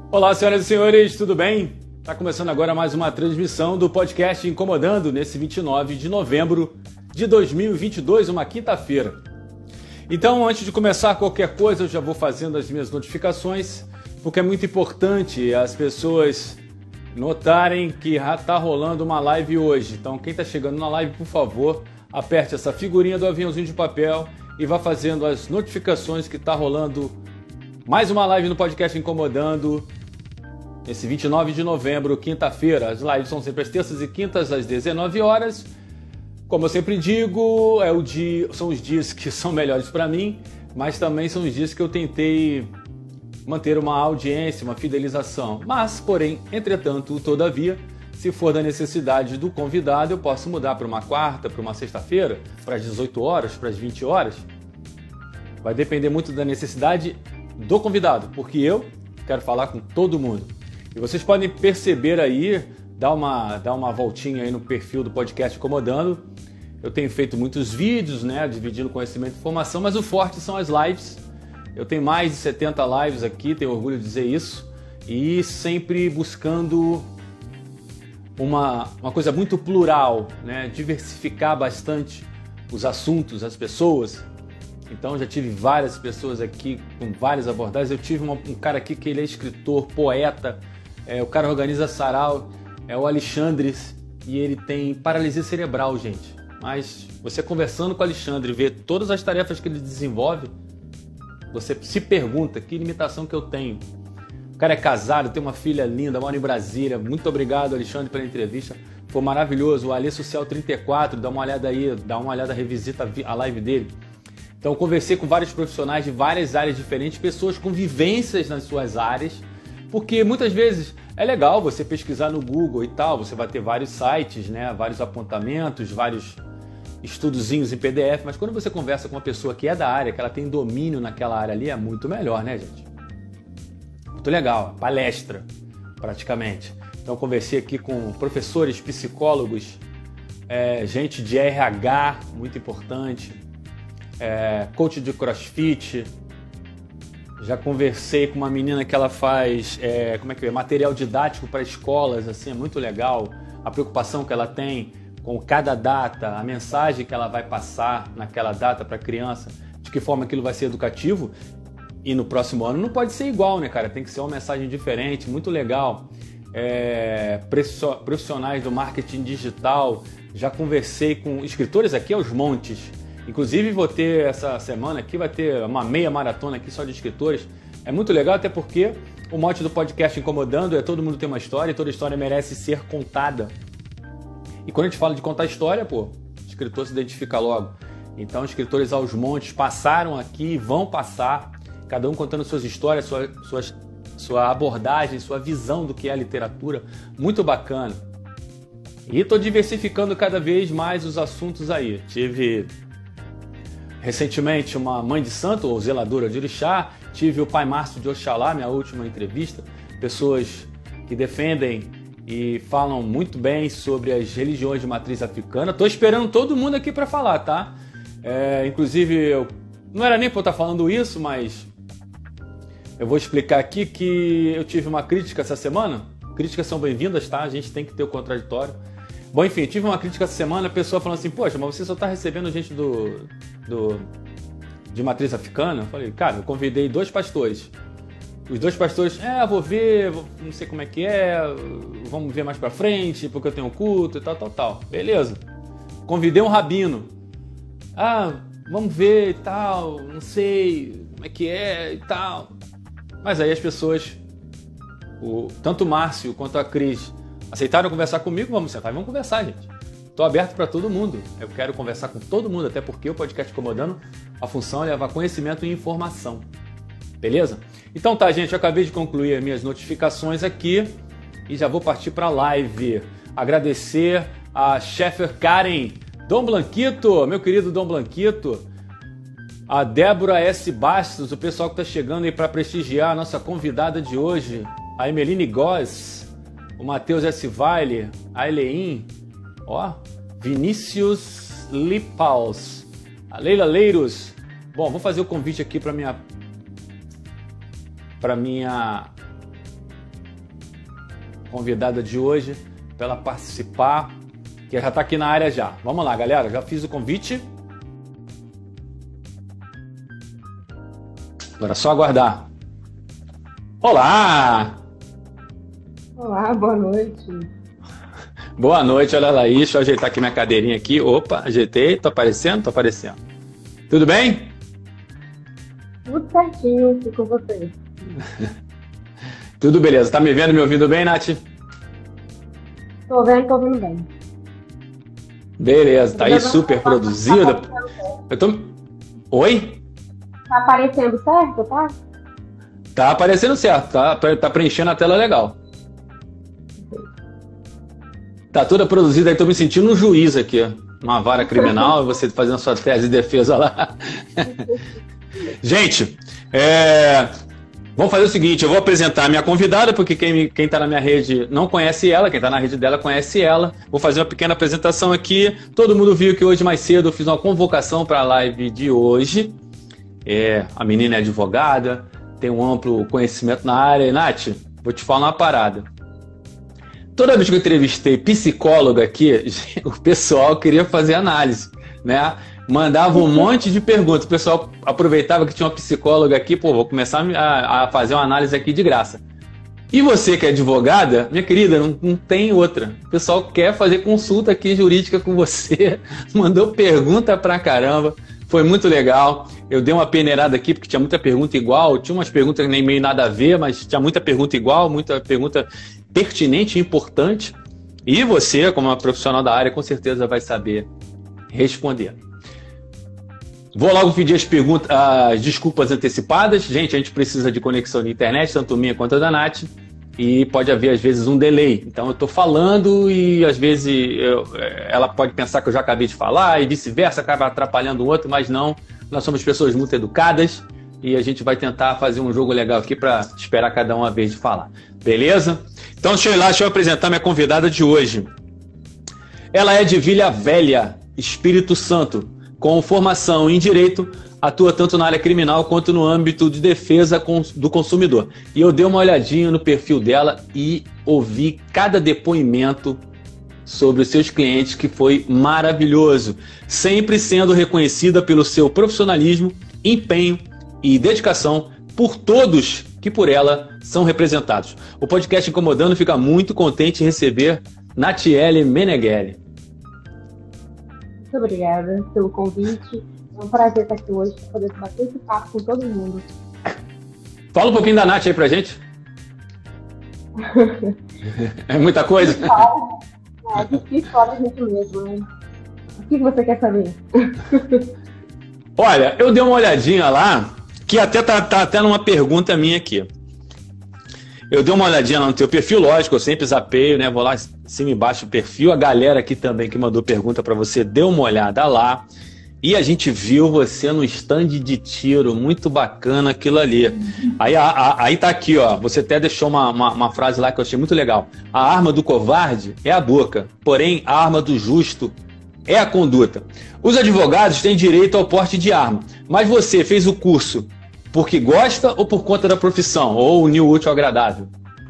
Olá, senhoras e senhores, tudo bem? Está começando agora mais uma transmissão do podcast Incomodando, nesse 29 de novembro de 2022, uma quinta-feira. Então, antes de começar qualquer coisa, eu já vou fazendo as minhas notificações, porque é muito importante as pessoas notarem que já está rolando uma live hoje. Então, quem está chegando na live, por favor, aperte essa figurinha do aviãozinho de papel e vá fazendo as notificações que está rolando mais uma live no podcast Incomodando, nesse 29 de novembro, quinta-feira. As lives são sempre às terças e quintas, às 19 horas. Como eu sempre digo, são os dias que são melhores para mim, mas também são os dias que eu tentei manter uma audiência, uma fidelização. Mas, porém, entretanto, todavia, se for da necessidade do convidado, eu posso mudar para uma quarta, para uma sexta-feira, para as 18 horas, para as 20 horas. Vai depender muito da necessidade do convidado, porque eu quero falar com todo mundo. E vocês podem perceber aí, dá uma voltinha aí no perfil do podcast Incomodando. Eu tenho feito muitos vídeos, né, dividindo conhecimento e informação, mas o forte são as lives. Eu tenho mais de 70 lives aqui, tenho orgulho de dizer isso, e sempre buscando uma coisa muito plural, né, diversificar bastante os assuntos, as pessoas. Então já tive várias pessoas aqui com várias abordagens. Eu tive um cara aqui que ele é escritor, poeta, o cara organiza sarau, é o Alexandre, e ele tem paralisia cerebral, gente. Mas você conversando com o Alexandre, ver todas as tarefas que ele desenvolve, você se pergunta que limitação que eu tenho. O cara é casado, tem uma filha linda, mora em Brasília. Muito obrigado, Alexandre, pela entrevista. Foi maravilhoso. O Alê Social 34, dá uma olhada aí, revisita a live dele. Então, eu conversei com vários profissionais de várias áreas diferentes, pessoas com vivências nas suas áreas, porque muitas vezes é legal você pesquisar no Google e tal, você vai ter vários sites, né, vários apontamentos, vários estudozinhos em PDF, mas quando você conversa com uma pessoa que é da área, que ela tem domínio naquela área ali, é muito melhor, né, gente? Muito legal, palestra, praticamente. Então, eu conversei aqui com professores, psicólogos, gente de RH, muito importante, coach de crossfit. Já conversei com uma menina que ela faz material didático para escolas, assim, é muito legal a preocupação que ela tem com cada data, a mensagem que ela vai passar naquela data para a criança, de que forma aquilo vai ser educativo. E no próximo ano não pode ser igual, né, cara? Tem que ser uma mensagem diferente, muito legal. Profissionais do marketing digital, já conversei com escritores aqui aos montes. Inclusive vou ter essa semana aqui, vai ter uma meia maratona aqui só de escritores. É muito legal, até porque o mote do podcast Incomodando é todo mundo tem uma história e toda história merece ser contada. E quando a gente fala de contar história, o escritor se identifica logo. Então, escritores aos montes passaram aqui, vão passar, cada um contando suas histórias, sua abordagem, sua visão do que é a literatura. Muito bacana. E estou diversificando cada vez mais os assuntos aí. Tive recentemente uma mãe de santo, ou zeladora de orixá, tive o pai Márcio de Oxalá, minha última entrevista, pessoas que defendem e falam muito bem sobre as religiões de matriz africana. Estou esperando todo mundo aqui para falar, tá? Inclusive, não era nem para eu estar falando isso, mas eu vou explicar aqui que eu tive uma crítica essa semana. Críticas são bem-vindas, tá? A gente tem que ter o contraditório. Bom, enfim, tive uma crítica essa semana, a pessoa falando assim, poxa, mas você só está recebendo gente de matriz africana? Eu falei, cara, eu convidei 2 pastores. Os 2 pastores, vou ver, não sei como é que é, vamos ver mais pra frente, porque eu tenho culto e tal. Beleza. Convidei um rabino. Vamos ver e tal, não sei como é que é e tal. Mas aí as pessoas, tanto o Márcio quanto a Cris, aceitaram conversar comigo. Vamos sentar e vamos conversar, gente. Estou aberto para todo mundo. Eu quero conversar com todo mundo, até porque o podcast Incomodando, a função é levar conhecimento e informação. Beleza? Então tá, gente, eu acabei de concluir as minhas notificações aqui e já vou partir para a live. Agradecer a Sheffer Karen, Dom Blanquito, meu querido Dom Blanquito, a Débora S. Bastos, o pessoal que está chegando aí para prestigiar a nossa convidada de hoje, a Emeline Goss, o Matheus S. Vaile, a Elein, Vinícius Lipaus, a Leila Leiros. Bom, vou fazer o convite aqui para minha convidada de hoje, para ela participar, que já está aqui na área já. Vamos lá, galera, já fiz o convite. Agora é só aguardar. Olá! Olá, boa noite. Boa noite, olha lá, deixa eu ajeitar aqui minha cadeirinha aqui. Opa, ajeitei, tô aparecendo? Tô aparecendo. Tudo bem? Tudo certinho, fico com você. Tudo beleza, tá me vendo, me ouvindo bem, Nath? Tô ouvindo bem. Beleza, tá aí super produzida. Eu tô... Oi? Tá aparecendo certo, tá? Tá aparecendo certo, tá preenchendo a tela legal. Tá toda produzida aí, tô me sentindo um juiz aqui, ó. Uma vara criminal, você fazendo sua tese de defesa lá. Gente, vamos fazer o seguinte, eu vou apresentar a minha convidada, porque quem tá na minha rede não conhece ela, quem tá na rede dela conhece ela. Vou fazer uma pequena apresentação aqui. Todo mundo viu que hoje mais cedo eu fiz uma convocação para a live de hoje. A menina é advogada, tem um amplo conhecimento na área. E, Nath, vou te falar uma parada. Toda vez que eu entrevistei psicóloga aqui, o pessoal queria fazer análise, né? Mandava um monte de perguntas. O pessoal aproveitava que tinha uma psicóloga aqui, pô, vou começar a fazer uma análise aqui de graça. E você que é advogada, minha querida, não tem outra. O pessoal quer fazer consulta aqui jurídica com você, mandou pergunta pra caramba, foi muito legal. Eu dei uma peneirada aqui porque tinha muita pergunta igual, tinha umas perguntas nem meio nada a ver, mas tinha muita pergunta igual, muita pergunta pertinente e importante. E você, como uma profissional da área, com certeza vai saber responder. Vou logo pedir as desculpas antecipadas. Gente, a gente precisa de conexão de internet, tanto minha quanto a da Nath, e pode haver, às vezes, um delay. Então, eu estou falando e, às vezes, ela pode pensar que eu já acabei de falar e vice-versa, acaba atrapalhando o outro, mas não. Nós somos pessoas muito educadas e a gente vai tentar fazer um jogo legal aqui para esperar cada um a vez de falar. Beleza? Então, deixa eu apresentar minha convidada de hoje. Ela é de Vila Velha, Espírito Santo, com formação em Direito, atua tanto na área criminal quanto no âmbito de defesa do consumidor. E eu dei uma olhadinha no perfil dela e ouvi cada depoimento sobre os seus clientes, que foi maravilhoso, sempre sendo reconhecida pelo seu profissionalismo, empenho e dedicação por todos que por ela são representados. O podcast Incomodando fica muito contente em receber Nathiele Meneghelli. Muito obrigada pelo convite. É um prazer estar aqui hoje para poder bater esse papo com todo mundo. Fala um pouquinho da Nath aí pra gente. É muita coisa? Difícil falar a gente mesmo, né? O que você quer saber? Olha, eu dei uma olhadinha lá, que até tá até numa pergunta minha aqui. Eu dei uma olhadinha lá no teu perfil, lógico, eu sempre zapeio, né? Vou lá cima e embaixo do perfil. A galera aqui também que mandou pergunta para você, deu uma olhada lá. E a gente viu você no stand de tiro, muito bacana aquilo ali. Aí tá aqui, ó, você até deixou uma frase lá que eu achei muito legal. A arma do covarde é a boca, porém a arma do justo é a conduta. Os advogados têm direito ao porte de arma, mas você fez o curso porque gosta ou por conta da profissão? Ou unir o útil ao agradável?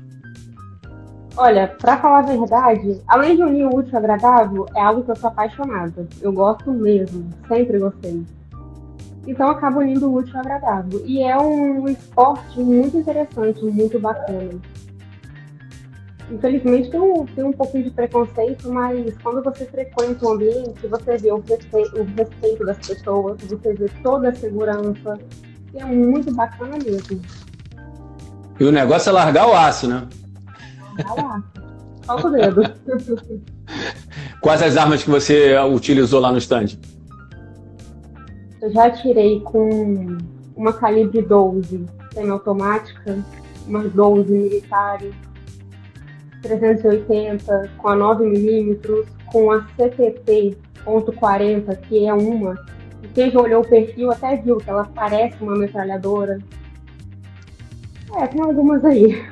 Olha, pra falar a verdade, além de unir o útil ao agradável, é algo que eu sou apaixonada. Eu gosto mesmo, sempre gostei. Então eu acabo unindo o útil ao agradável. E é um esporte muito interessante, muito bacana. Infelizmente tem um pouquinho de preconceito, mas quando você frequenta o ambiente, você vê o respeito das pessoas, você vê toda a segurança. E é muito bacana mesmo. E o negócio é largar o aço, né? Largar o aço. Solta o dedo. Quais as armas que você utilizou lá no stand? Eu já atirei com uma calibre 12 semiautomática, uma 12 militares, 380 com a 9mm, com a CTP.40, que é uma. E quem já olhou o perfil até viu que ela parece uma metralhadora. Tem algumas aí.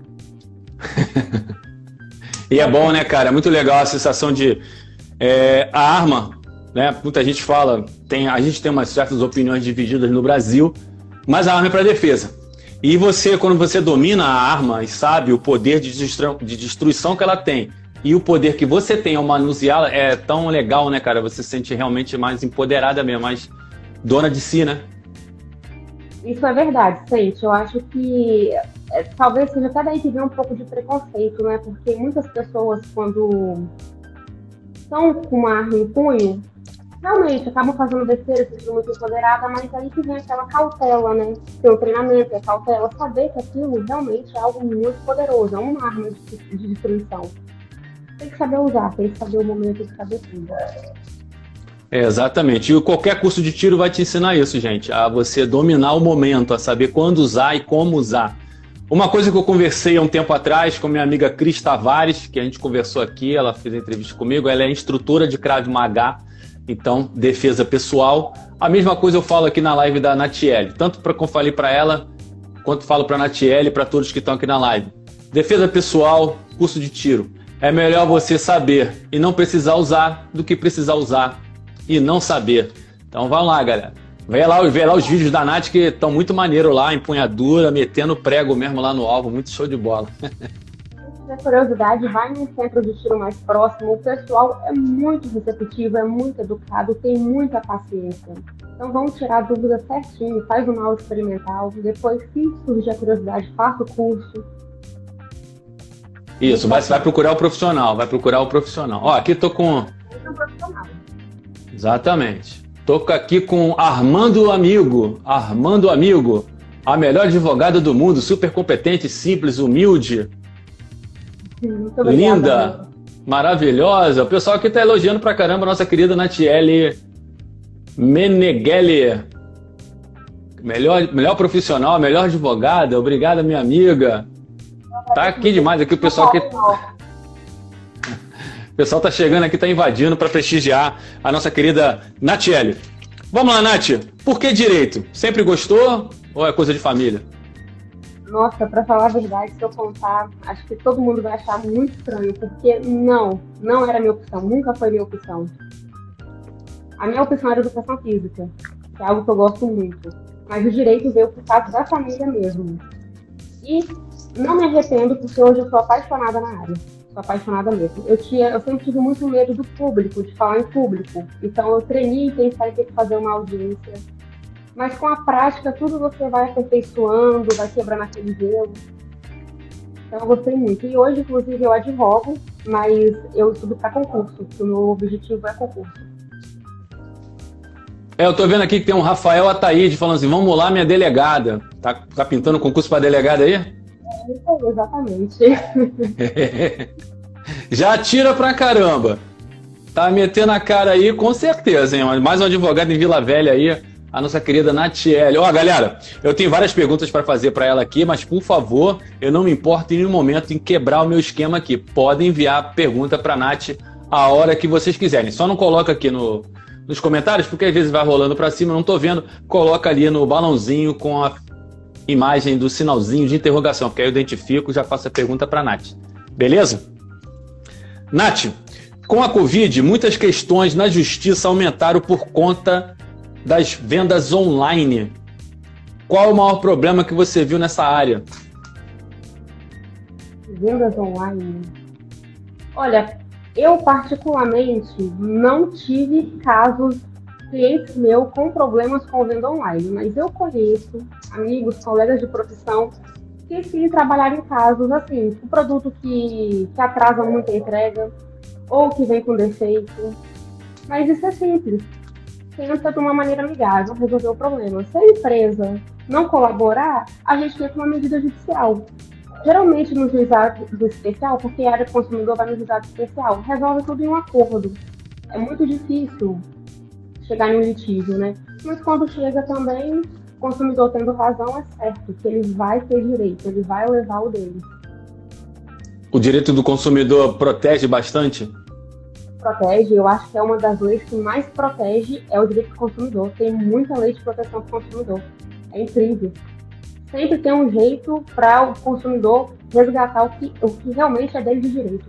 E é bom, né, cara? É muito legal a sensação de... a arma, né? Muita gente fala... a gente tem umas certas opiniões divididas no Brasil, mas a arma é para defesa. E você, quando você domina a arma e sabe o poder de destruição que ela tem e o poder que você tem ao manuseá-la, é tão legal, né, cara? Você se sente realmente mais empoderada mesmo, mais dona de si, né? Isso é verdade, sente. Eu acho que talvez seja até daí que vem um pouco de preconceito, né? Porque muitas pessoas, quando estão com uma arma em punho, realmente acabam fazendo besteira, se sentindo muito empoderada, mas aí que vem aquela cautela, né? Ter o treinamento, a cautela, saber que aquilo realmente é algo muito poderoso, é uma arma de destruição. Tem que saber usar, tem que saber o momento, tem que saber tudo. Exatamente. E qualquer curso de tiro vai te ensinar isso, gente. A você dominar o momento, a saber quando usar e como usar. Uma coisa que eu conversei há um tempo atrás com minha amiga Cris Tavares, que a gente conversou aqui, ela fez entrevista comigo, ela é instrutora de Krav Maga, então, defesa pessoal. A mesma coisa eu falo aqui na live da Natiele, tanto para como falei para ela, quanto falo para a Natiele e para todos que estão aqui na live. Defesa pessoal, curso de tiro. É melhor você saber e não precisar usar do que precisar usar e não saber. Então vamos lá, galera. Vê lá os vídeos da Nath que estão muito maneiro lá, empunhadura, metendo prego mesmo lá no alvo, muito show de bola. Se tiver curiosidade, vai num centro de tiro mais próximo. O pessoal é muito receptivo, é muito educado, tem muita paciência. Então vamos tirar a dúvida certinho, faz uma aula experimental, depois, se surgir a curiosidade, faça o curso. Isso, vai procurar o profissional, Ó, aqui tô com... Exatamente. Tô aqui com Armando Amigo, a melhor advogada do mundo, super competente, simples, humilde, muito obrigada, linda, maravilhosa. O pessoal aqui tá elogiando pra caramba a nossa querida Natiele Meneghelli. Melhor profissional, melhor advogada. Obrigada, minha amiga. Tá aqui demais aqui o pessoal aqui. O pessoal tá chegando aqui, tá invadindo para prestigiar a nossa querida Natiele. Vamos lá, Nath. Por que direito? Sempre gostou ou é coisa de família? Nossa, pra falar a verdade, se eu contar, acho que todo mundo vai achar muito estranho, porque não era minha opção, nunca foi minha opção. A minha opção era educação física, que é algo que eu gosto muito. Mas o direito veio por causa da família mesmo. E não me arrependo, porque hoje eu sou apaixonada na área. Sou apaixonada mesmo. Eu sempre tive muito medo do público, de falar em público. Então eu treinei e pensei em ter que fazer uma audiência. Mas com a prática, tudo você vai aperfeiçoando, vai quebrando aquele gelo. Então eu gostei muito. E hoje, inclusive, eu advogo, mas eu estudo para concurso, porque o meu objetivo é concurso. Eu tô vendo aqui que tem um Rafael Ataíde falando assim, vamos lá, minha delegada. Tá pintando concurso para delegada aí? Exatamente. Já atira pra caramba. Tá metendo a cara aí, com certeza, hein? Mais um advogado em Vila Velha aí, a nossa querida Natiele. Ó, galera, eu tenho várias perguntas para fazer para ela aqui, mas por favor, eu não me importo em nenhum momento em quebrar o meu esquema aqui. Podem enviar pergunta pra Nath a hora que vocês quiserem. Só não coloca aqui nos comentários, porque às vezes vai rolando para cima, eu não tô vendo. Coloca ali no balãozinho com a imagem do sinalzinho de interrogação, porque aí eu identifico e já faço a pergunta para a Nath. Beleza? Nath, com a Covid, muitas questões na justiça aumentaram por conta das vendas online. Qual o maior problema que você viu nessa área? Vendas online? Olha, eu particularmente não tive casos, clientes meus com problemas com venda online, mas eu conheço amigos, colegas de profissão que sim trabalharam em casos assim, o produto que atrasa muito a entrega ou que vem com defeito. Mas isso é simples. Tenta de uma maneira amigável resolver o problema. Se a empresa não colaborar, a gente tem uma medida judicial. Geralmente no juizado do especial, porque a área do consumidor vai no juizado especial, resolve tudo em um acordo. É muito difícil chegar em um litígio, né? Mas quando chega também, o consumidor tendo razão, é certo que ele vai ter direito, ele vai levar o dele. O direito do consumidor protege bastante? Protege, eu acho que é uma das leis que mais protege é o direito do consumidor. Tem muita lei de proteção do consumidor. É incrível. Sempre tem um jeito para o consumidor resgatar o que realmente é dele de direito.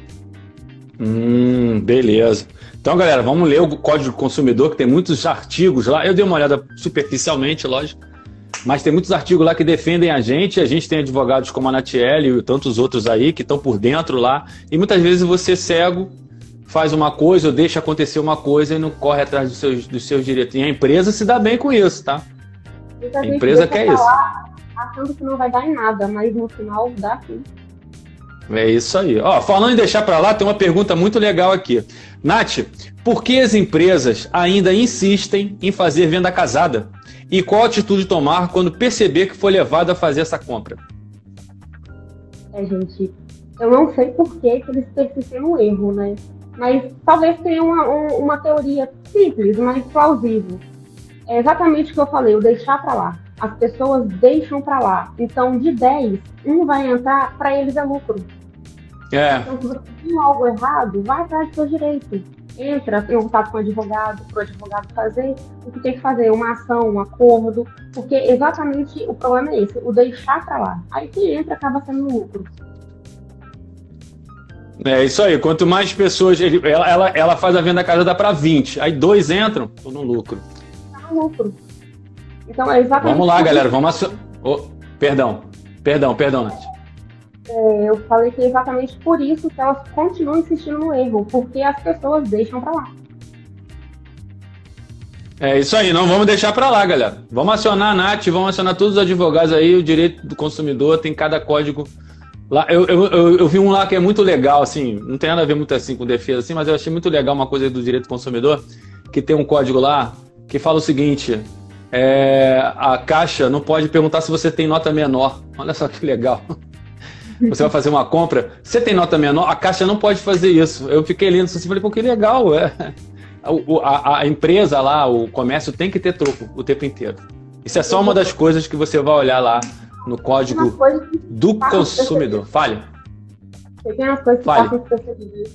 Beleza. Então, galera, vamos ler o Código do Consumidor, que tem muitos artigos lá. Eu dei uma olhada superficialmente, lógico. Mas tem muitos artigos lá que defendem a gente tem advogados como a Natiele e tantos outros aí que estão por dentro lá, e muitas vezes você cego faz uma coisa ou deixa acontecer uma coisa e não corre atrás dos seus direitos. E a empresa se dá bem com isso, tá? A empresa quer isso. Achando que não vai dar em nada, mas no final dá sim. É isso aí. Ó, falando em deixar para lá, tem uma pergunta muito legal aqui. Nath, por que as empresas ainda insistem em fazer venda casada? E qual atitude tomar quando perceber que foi levado a fazer essa compra? Gente, eu não sei por que eles persistem no erro, né? Mas talvez tenha uma teoria simples, mas plausível. É exatamente o que eu falei, o deixar para lá. As pessoas deixam para lá. Então, de 10, um vai entrar, para eles é lucro. Então, se você tem algo errado, vai atrás do seu direito. Entra em contato com o advogado, para o advogado fazer o que tem que fazer, uma ação, um acordo, porque exatamente o problema é esse, o deixar para lá. Aí quem entra acaba sendo lucro. É isso aí, quanto mais pessoas, ela faz a venda casada para 20, aí 2 entram, estão no lucro. Está no lucro. Então é exatamente. Vamos lá, galera, vamos Perdão, Nath. Eu falei que é exatamente por isso que elas continuam insistindo no erro, porque as pessoas deixam para lá. É isso aí, não vamos deixar para lá, galera. Vamos acionar a Nath, vamos acionar todos os advogados aí, o direito do consumidor, tem cada código. Lá, eu vi um lá que é muito legal, assim, não tem nada a ver muito assim com defesa, assim, mas eu achei muito legal uma coisa do direito do consumidor, que tem um código lá que fala o seguinte, a Caixa não pode perguntar se você tem nota menor. Olha só que legal. Você vai fazer uma compra, você tem nota menor, a Caixa não pode fazer isso. Eu fiquei lendo isso assim, falei, pô, que legal, a empresa lá, o comércio tem que ter troco o tempo inteiro. Isso é só uma das coisas que você vai olhar lá no código do consumidor. Fale. Tem umas coisas que passam despercebidas.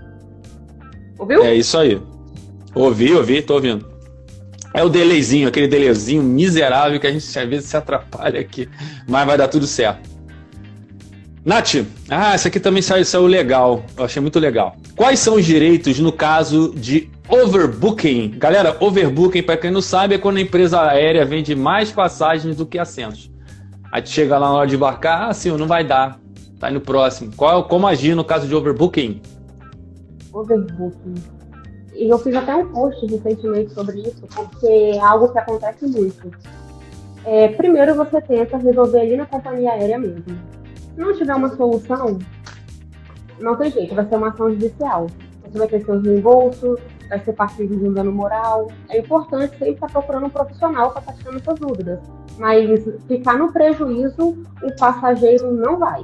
Ouviu? É isso aí. Ouvi, tô ouvindo. É o delayzinho, aquele delayzinho miserável que a gente às vezes se atrapalha aqui, mas vai dar tudo certo. Nath, essa aqui também saiu legal, eu achei muito legal. Quais são os direitos no caso de overbooking? Galera, overbooking, para quem não sabe, é quando a empresa aérea vende mais passagens do que assentos. Aí tu chega lá na hora de embarcar, sim, não vai dar, tá aí no próximo. Como agir no caso de overbooking? Overbooking. E eu fiz até um post recentemente sobre isso, porque é algo que acontece muito. Primeiro você tenta resolver ali na companhia aérea mesmo. Se não tiver uma solução, não tem jeito, vai ser uma ação judicial. Você vai ter seus reembolsos, vai ser passivo de um dano moral. É importante sempre estar procurando um profissional para estar tirando suas dúvidas. Mas ficar no prejuízo, o passageiro não vai.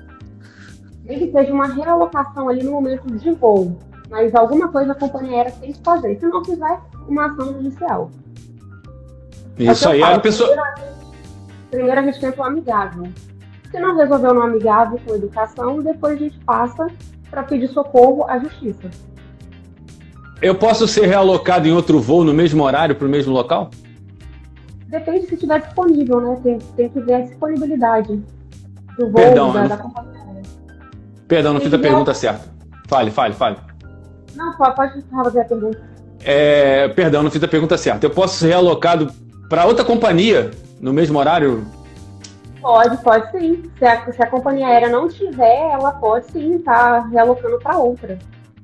Nem que seja uma realocação ali no momento de voo. Mas alguma coisa a companhia aérea tem que fazer. Se não fizer, uma ação judicial. Isso aí, a pessoa... Primeiro a gente tenta o amigável. Se não resolveu no amigável com educação, depois a gente passa para pedir socorro à justiça. Eu posso ser realocado em outro voo no mesmo horário para o mesmo local? Depende se estiver disponível, né? Tem que ver a disponibilidade do voo da companhia aérea. Perdão, não fiz a pergunta certa. Fale. Não, pode fazer a pergunta. Perdão, não fiz a pergunta certa. Eu posso ser realocado para outra companhia no mesmo horário? Pode sim. Se a companhia aérea não tiver, ela pode sim estar realocando para outra.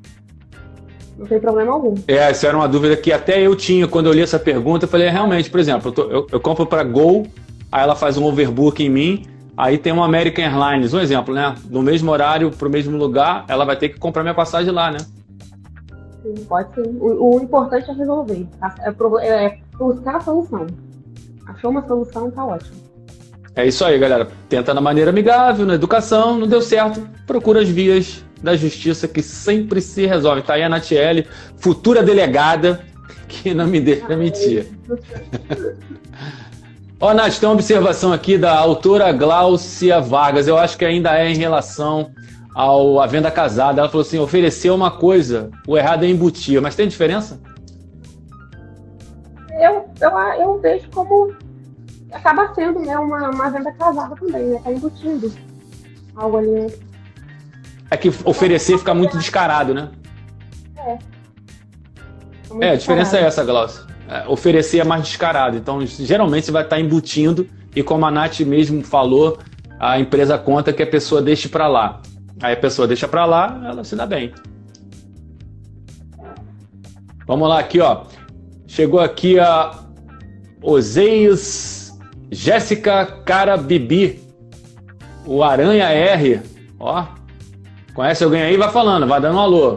Não tem problema algum. Essa era uma dúvida que até eu tinha quando eu li essa pergunta. Eu falei, realmente, por exemplo, eu compro para Gol, aí ela faz um overbook em mim, aí tem uma American Airlines, um exemplo, né? No mesmo horário, para o mesmo lugar, ela vai ter que comprar minha passagem lá, né? Sim, pode sim. O importante é resolver. É buscar a solução. Achou uma solução, tá ótimo. É isso aí, galera. Tenta na maneira amigável, na educação, não deu certo, procura as vias da justiça que sempre se resolve. Tá aí a Natiele, futura delegada, que não me deixa mentir. Ó, Nath, tem uma observação aqui da autora Gláucia Vargas. Eu acho que ainda é em relação à venda casada. Ela falou assim, oferecer uma coisa, o errado é embutir. Mas tem diferença? Eu vejo como... acaba sendo, né, uma venda casada também, né? Tá embutindo algo ali, né? É que oferecer fica muito descarado, né? A diferença é essa, Glaucio. oferecer mais descarado. Então, geralmente você vai estar embutindo e, como a Nath mesmo falou, a empresa conta que a pessoa deixe para lá. Aí a pessoa deixa para lá, ela se dá bem. Vamos lá aqui, ó. Chegou aqui a Oseias Jéssica Cara Bibi, o Aranha R. Ó, conhece alguém aí? Vai falando, vai dando um alô.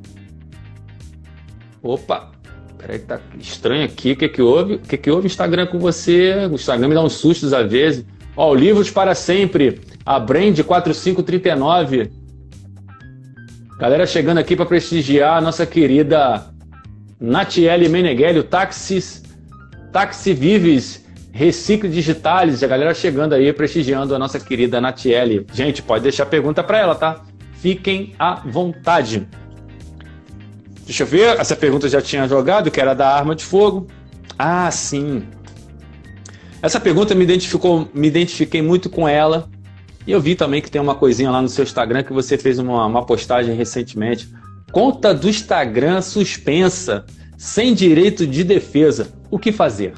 Opa, peraí que tá estranho aqui. O que houve? O que houve Instagram com você? O Instagram me dá uns sustos às vezes. Ó, o Livros para Sempre, a Brand 4539. Galera chegando aqui para prestigiar a nossa querida Natiele Meneghelli, o Táxi Vives, Recicle Digitales. A galera chegando aí, prestigiando a nossa querida Natiele. Gente, pode deixar pergunta para ela, tá? Fiquem à vontade. Deixa eu ver, essa pergunta eu já tinha jogado, que era da arma de fogo. Ah, sim. Essa pergunta me identifiquei muito com ela. E eu vi também que tem uma coisinha lá no seu Instagram que você fez uma postagem recentemente. Conta do Instagram suspensa, sem direito de defesa. O que fazer?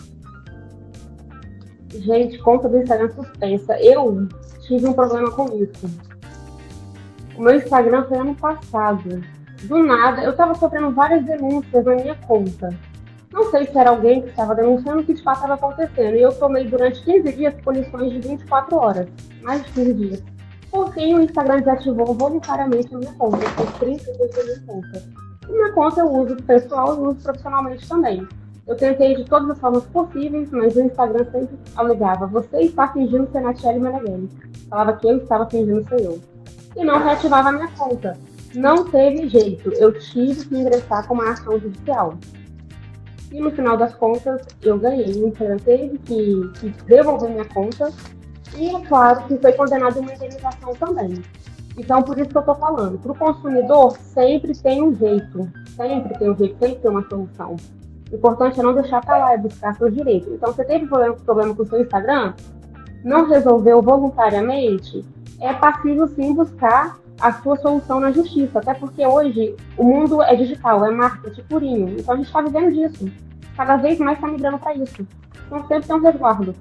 Gente, conta do Instagram suspensa. Eu tive um problema com isso. O meu Instagram foi ano passado. Do nada, eu estava sofrendo várias denúncias na minha conta. Não sei se era alguém que estava denunciando o que de fato estava acontecendo. E eu tomei durante 15 dias punições de 24 horas. Mais de 15 dias. Por fim, o Instagram desativou voluntariamente a minha conta. Eu fiz 30 dias da minha conta. E minha conta eu uso pessoal e uso profissionalmente também. Eu tentei de todas as formas possíveis, mas o Instagram sempre alegava: você está fingindo ser Natiele Meneghelli. Falava que eu estava fingindo ser eu. E não reativava a minha conta. Não teve jeito. Eu tive que ingressar com uma ação judicial. E no final das contas, eu ganhei. O Instagram teve que devolver minha conta. E é claro que foi condenado a uma indenização também. Então, por isso que eu estou falando. Para o consumidor, sempre tem um jeito. Sempre tem um jeito, tem que ter uma solução. O importante é não deixar para lá, é buscar seus direitos. Então, você teve problema com o seu Instagram, não resolveu voluntariamente, é passível sim buscar a sua solução na justiça. Até porque hoje o mundo é digital, é marketing purinho. Então, a gente está vivendo disso. Cada vez mais está migrando para isso. Então, sempre tem um resguardo.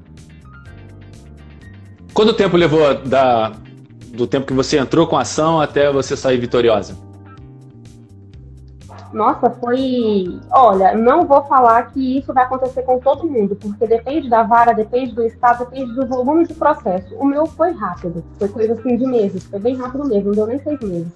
Quanto tempo levou do tempo que você entrou com a ação até você sair vitoriosa? Nossa, foi... Olha, não vou falar que isso vai acontecer com todo mundo, porque depende da vara, depende do estado, depende do volume de processo. O meu foi rápido, foi coisa assim de meses, foi bem rápido mesmo, não deu nem 6 meses.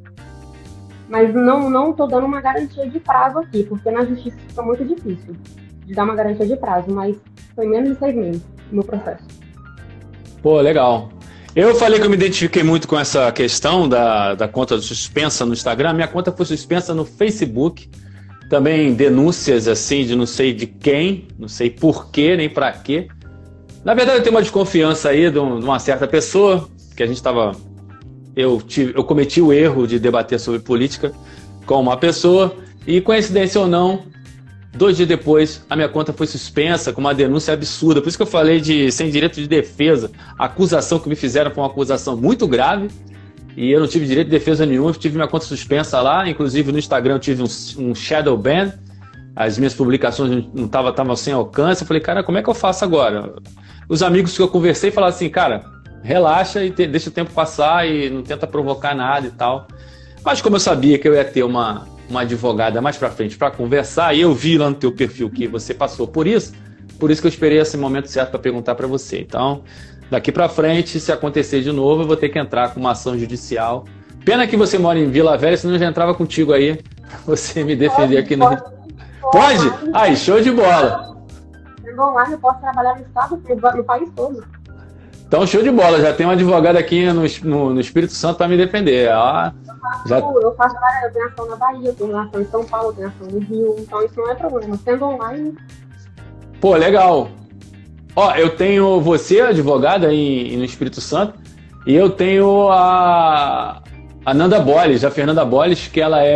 Mas não tô dando uma garantia de prazo aqui, porque na justiça fica muito difícil de dar uma garantia de prazo, mas foi menos de 6 meses no processo. Pô, legal. Eu falei que eu me identifiquei muito com essa questão da conta suspensa no Instagram. Minha conta foi suspensa no Facebook. Também denúncias assim de não sei de quem, não sei por quê, nem pra quê. Na verdade, eu tenho uma desconfiança aí de uma certa pessoa, que a gente estava... Eu cometi o erro de debater sobre política com uma pessoa e, coincidência ou não, 2 dias depois, a minha conta foi suspensa com uma denúncia absurda. Por isso que eu falei de sem direito de defesa. A acusação que me fizeram foi uma acusação muito grave e eu não tive direito de defesa nenhum. Eu tive minha conta suspensa lá. Inclusive, no Instagram, eu tive um shadow ban. As minhas publicações não estavam sem alcance. Eu falei, cara, como é que eu faço agora? Os amigos que eu conversei falaram assim, cara, relaxa e deixa o tempo passar e não tenta provocar nada e tal. Mas como eu sabia que eu ia ter uma advogada mais pra frente para conversar, e eu vi lá no teu perfil que você passou por isso que eu esperei esse momento certo para perguntar para você. Então, daqui para frente, se acontecer de novo, eu vou ter que entrar com uma ação judicial. Pena que você mora em Vila Velha, senão eu já entrava contigo aí, você me defender aqui no... Pode? Aí, show de bola. Sendo online, eu posso trabalhar no estado, no país todo. Então, show de bola. Já tem um advogado aqui no Espírito Santo para me defender. Eu tenho ação na Bahia, eu tenho ação em São Paulo, eu tenho ação no Rio. Então, isso não é problema. Sendo online... Pô, legal. Ó, eu tenho você, advogada, no Espírito Santo, e eu tenho a Nanda Bolles, a Fernanda Bolles, que ela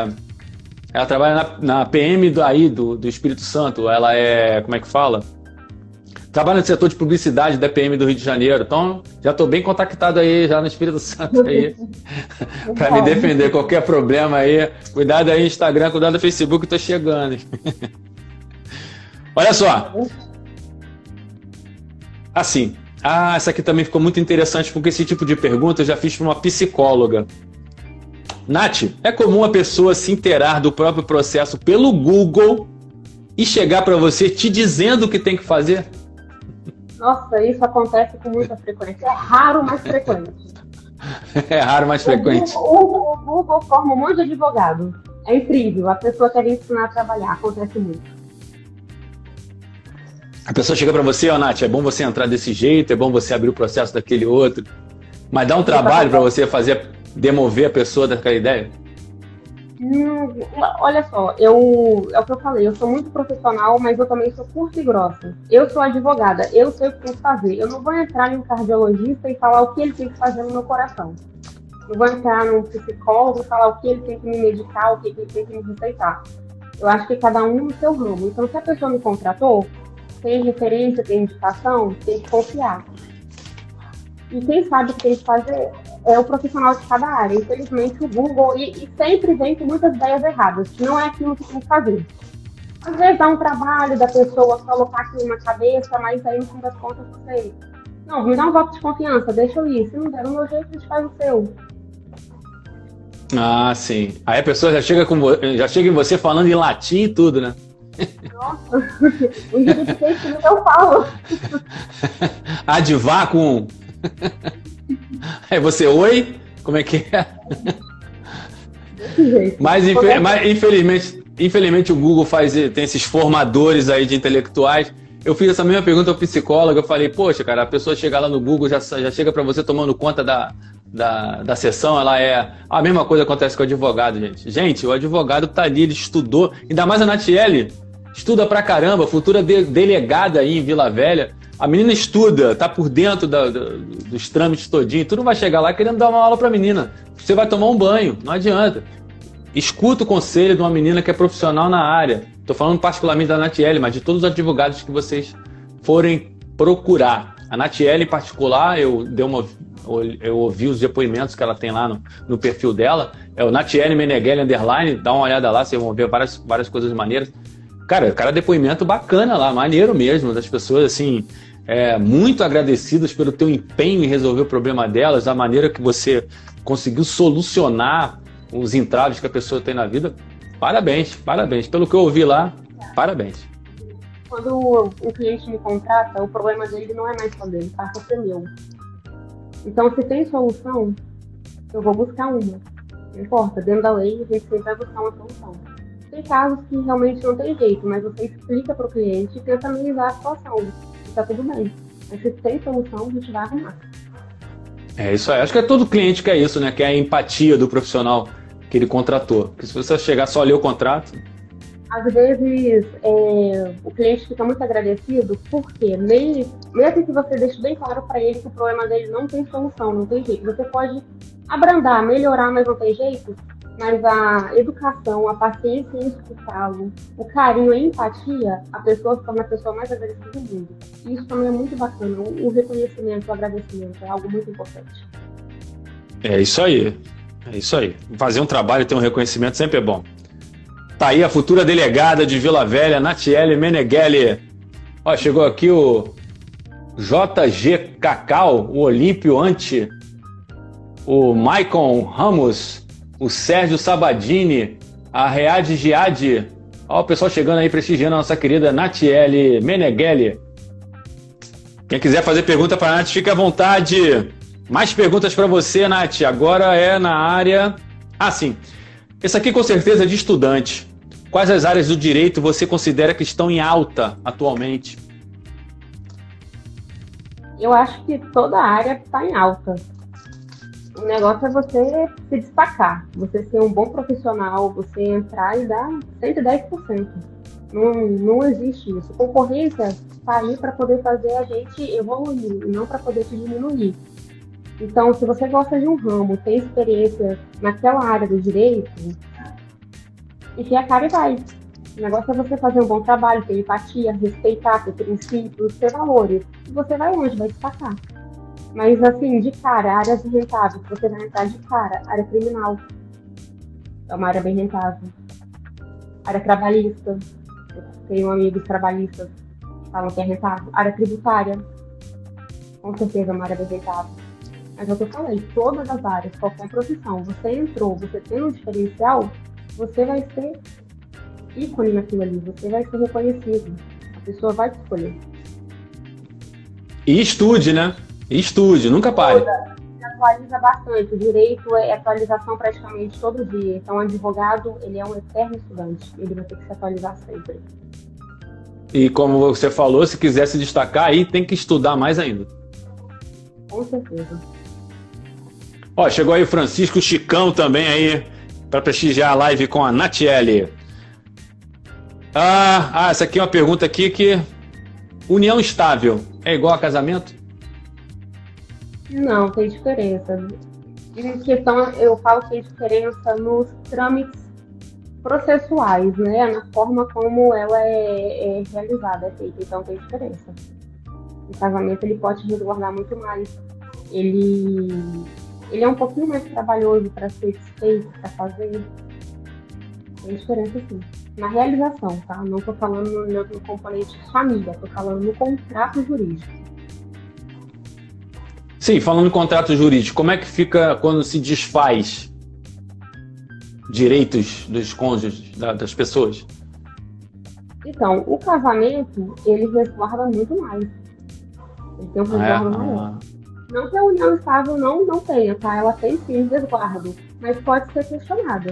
trabalha na PM do Espírito Santo. Ela é, como é que fala? Trabalha no setor de publicidade da PM do Rio de Janeiro. Então, já estou bem contactado aí, já no Espírito Santo aí, para me defender qualquer problema aí. Cuidado aí, Instagram, cuidado no Facebook, estou chegando. Olha só. Assim, essa aqui também ficou muito interessante, porque esse tipo de pergunta eu já fiz para uma psicóloga. Nath, é comum a pessoa se inteirar do próprio processo pelo Google e chegar para você te dizendo o que tem que fazer? Nossa, isso acontece com muita frequência. É raro, mas frequente. É raro, mas frequente. O Google forma um monte de advogado. É incrível. A pessoa quer ensinar a trabalhar. Acontece muito. A pessoa chega para você, Nath, é bom você entrar desse jeito, é bom você abrir o processo daquele outro. Mas dá um trabalho para você demover a pessoa daquela ideia? Olha só, é o que eu falei, eu sou muito profissional, mas eu também sou curta e grossa. Eu sou advogada, eu sei o que tem que fazer. Eu não vou entrar em um cardiologista e falar o que ele tem que fazer no meu coração. Eu vou entrar num psicólogo e falar o que ele tem que me medicar, o que ele tem que me receitar. Eu acho que cada um no seu ramo. Então, se a pessoa me contratou, tem referência, tem indicação, tem que confiar. E quem sabe o que tem que fazer é o profissional de cada área. Infelizmente, o Google e sempre vem com muitas ideias erradas, que não é aquilo que tem que fazer. Às vezes dá um trabalho da pessoa colocar aquilo na cabeça, mas aí no fim das contas você... Não, me dá um voto de confiança, deixa eu ir. Se não der o meu jeito, a gente faz o seu. Ah, sim. Aí a pessoa já chega em você falando em latim e tudo, né? Nossa, o juridiquês que eu falo. Advacum. Aí você, oi? Como é que é? Mas infelizmente o Google tem esses formadores aí de intelectuais. Eu fiz essa mesma pergunta ao psicólogo, eu falei, poxa, cara, a pessoa chega lá no Google, já chega para você tomando conta da sessão, ela é... A mesma coisa acontece com o advogado, gente. Gente, o advogado tá ali, ele estudou, ainda mais a Natiele, estuda pra caramba, futura delegada aí em Vila Velha. A menina estuda, tá por dentro dos trâmites todinho, tu não vai chegar lá querendo dar uma aula pra menina. Você vai tomar um banho, não adianta. Escuta o conselho de uma menina que é profissional na área. Tô falando particularmente da Natiele, mas de todos os advogados que vocês forem procurar. A Natiele em particular, eu ouvi os depoimentos que ela tem lá no perfil dela. É o Natiele Meneghelli _, dá uma olhada lá, vocês vão ver várias coisas maneiras. Cara, depoimento bacana lá, maneiro mesmo, das pessoas assim, muito agradecidas pelo teu empenho em resolver o problema delas, a maneira que você conseguiu solucionar os entraves que a pessoa tem na vida. Parabéns. Pelo que eu ouvi lá, parabéns. Quando o cliente me contrata, o problema dele não é mais só dele, passa a ser meu. Então, se tem solução, eu vou buscar uma. Não importa, dentro da lei, a gente sempre vai buscar uma solução. Tem casos que realmente não tem jeito, mas você explica para o cliente e tenta amenizar a situação. E tá tudo bem. Mas se tem solução, a gente vai arrumar. É isso aí. Acho que é todo cliente que é isso, né? Que é a empatia do profissional que ele contratou. Porque se você chegar só a ler o contrato... Às vezes, o cliente fica muito agradecido porque mesmo que você deixe bem claro para ele que o problema dele não tem solução, não tem jeito. Você pode abrandar, melhorar, mas não tem jeito. Mas a educação, a paciência em escutá-lo, o carinho, a empatia, a pessoa se torna a pessoa mais agradecida do mundo. E isso também é muito bacana. O reconhecimento, o agradecimento é algo muito importante. É isso aí. Fazer um trabalho e ter um reconhecimento sempre é bom. Tá aí a futura delegada de Vila Velha, Natiele Meneghelli. Ó, chegou aqui o JG Cacau, o Olímpio Ante, o Maicon Ramos, o Sérgio Sabadini, a Reade Giade. Ó, o pessoal chegando aí prestigiando a nossa querida Natiele Meneghelli. Quem quiser fazer pergunta para a Nath, fique à vontade. Mais perguntas para você, Nath. Agora é na área... Ah, sim. Esse aqui com certeza é de estudante. Quais as áreas do direito você considera que estão em alta atualmente? Eu acho que toda a área está em alta. O negócio é você se destacar, você ser um bom profissional, você entrar e dar 110%. Não existe isso. Concorrência está aí para poder fazer a gente evoluir, não para poder te diminuir. Então, se você gosta de um ramo, tem experiência naquela área do direito, enfia a cara e vai. O negócio é você fazer um bom trabalho, ter empatia, respeitar, ter princípios, ter valores. E você vai longe, vai destacar. Mas, assim, de cara, áreas rentáveis, você vai entrar de cara. Área criminal é uma área bem rentável. Área trabalhista, tenho amigos trabalhistas que falam que é rentável. Área tributária, com certeza é uma área bem rentável. Mas é o que eu falei, todas as áreas, qualquer profissão, você entrou, você tem um diferencial, você vai ser ícone naquilo ali, você vai ser reconhecido. A pessoa vai te escolher. E estude, né? E estude, nunca pare. Se atualiza bastante. O direito é atualização praticamente todo dia. Então, o advogado, ele é um eterno estudante. Ele vai ter que se atualizar sempre. E como você falou, se quiser se destacar, aí tem que estudar mais ainda. Com certeza. Ó, chegou aí o Francisco Chicão também aí, para prestigiar a live com a Natiele. Essa aqui é uma pergunta aqui que... União estável é igual a casamento? Não, tem diferença. Em questão, eu falo que tem diferença nos trâmites processuais, né? Na forma como ela é realizada, é feita. Então, tem diferença. O casamento, ele pode resguardar muito mais. Ele é um pouquinho mais trabalhoso para ser feito, para fazer. Tem diferença, sim. Na realização, tá? Não estou falando no componente família, estou falando no contrato jurídico. Sim, falando em contrato jurídico, como é que fica quando se desfaz direitos dos cônjuges, das pessoas? Então, o casamento, ele resguarda muito mais. Ele tem um resguardo maior. Não que a união estável não tenha, tá? Ela tem sim resguardo, mas pode ser questionada.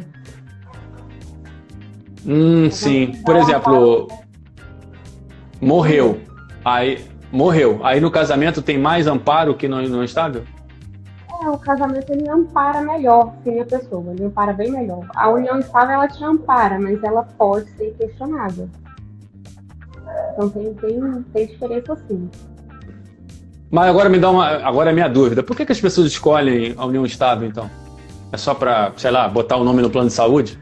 Sim. Por exemplo, morreu. Aí no casamento tem mais amparo que no estável? O casamento, ele ampara melhor, sim, a pessoa. Ele ampara bem melhor. A união estável, ela te ampara, mas ela pode ser questionada. Então tem diferença, sim. Mas agora é minha dúvida. Por que as pessoas escolhem a união estável, então? É só para, sei lá, botar o nome no plano de saúde?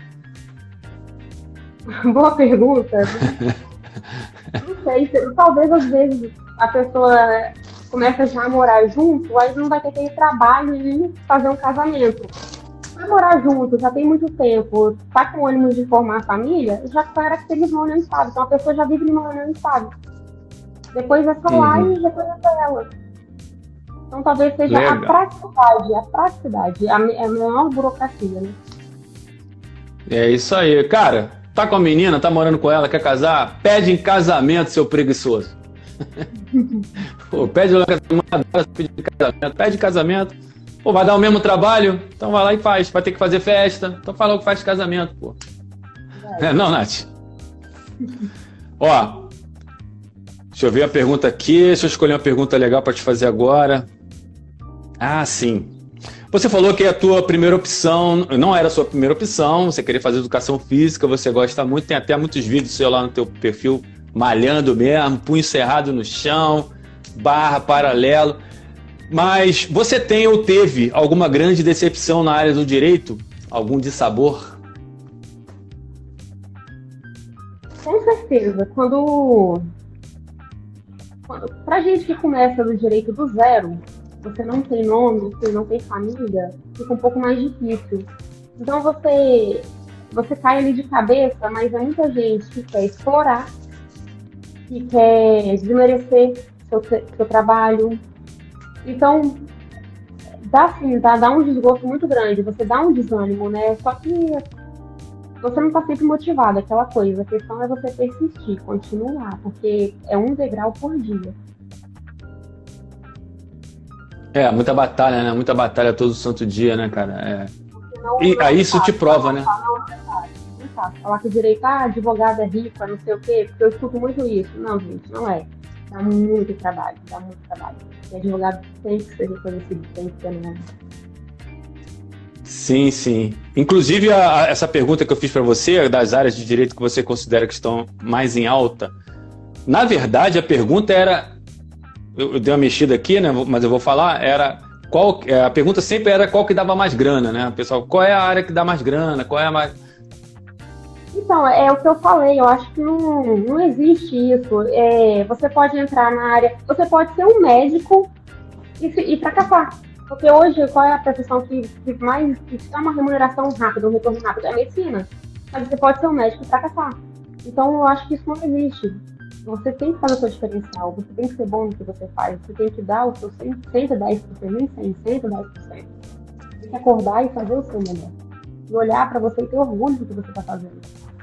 Boa pergunta. Não sei, talvez às vezes a pessoa começa já a morar junto, aí não vai ter aquele trabalho de fazer um casamento. Vai morar junto, já tem muito tempo, tá com ânimo de formar a família, já caracteriza uma união estável. Então a pessoa já vive numa união estável. Depois é só lá e depois é só ela. Então talvez seja a praticidade, a menor burocracia, né? É isso aí, cara. Tá com a menina, tá morando com ela, quer casar? Pede em casamento, seu preguiçoso. Pô, pede casamento. Pô, vai dar o mesmo trabalho? Então vai lá e faz. Vai ter que fazer festa. Então fala que faz casamento, pô. Não, Nath? Ó, deixa eu ver a pergunta aqui. Deixa eu escolher uma pergunta legal para te fazer agora. Sim. Você falou que a tua primeira opção não era a sua primeira opção, você queria fazer educação física, você gosta muito, tem até muitos vídeos seu lá no teu perfil, malhando mesmo, punho cerrado no chão, barra, paralelo. Mas você tem ou teve alguma grande decepção na área do direito? Algum dissabor? Com certeza. Pra gente que começa do direito do zero, você não tem nome, você não tem família, fica um pouco mais difícil. Então você cai ali de cabeça, mas é muita gente que quer explorar, que quer desmerecer seu trabalho. Então, dá um desgosto muito grande, você dá um desânimo, né? Só que você não está sempre motivado, aquela coisa. A questão é você persistir, continuar, porque é um degrau por dia. Muita batalha, né? Muita batalha todo santo dia, né, cara? E aí isso te prova, né? Não é fácil. Falar que o direito, advogado é rico, não sei o quê, porque eu escuto muito isso. Não, gente, não é. Dá muito trabalho. E advogado tem que ser reconhecido, tem que ter nome. Sim. Inclusive, essa pergunta que eu fiz para você, das áreas de direito que você considera que estão mais em alta, na verdade, a pergunta era... Eu dei uma mexida aqui, né? Mas eu vou falar. A pergunta sempre era qual que dava mais grana, né? Pessoal, qual é a área que dá mais grana? Qual é a mais... Então, é o que eu falei. Eu acho que não existe isso. Você pode entrar na área... Você pode ser um médico e fracassar. Porque hoje, qual é a profissão que mais... que dá uma remuneração rápida, um retorno rápido? É a medicina. Mas você pode ser um médico e fracassar. Então, eu acho que isso não existe. Você tem que fazer o seu diferencial, você tem que ser bom no que você faz, você tem que dar o seu 110%, nem 100%, 110%. Tem que acordar e fazer o seu melhor. E olhar para você e ter orgulho do que você está fazendo.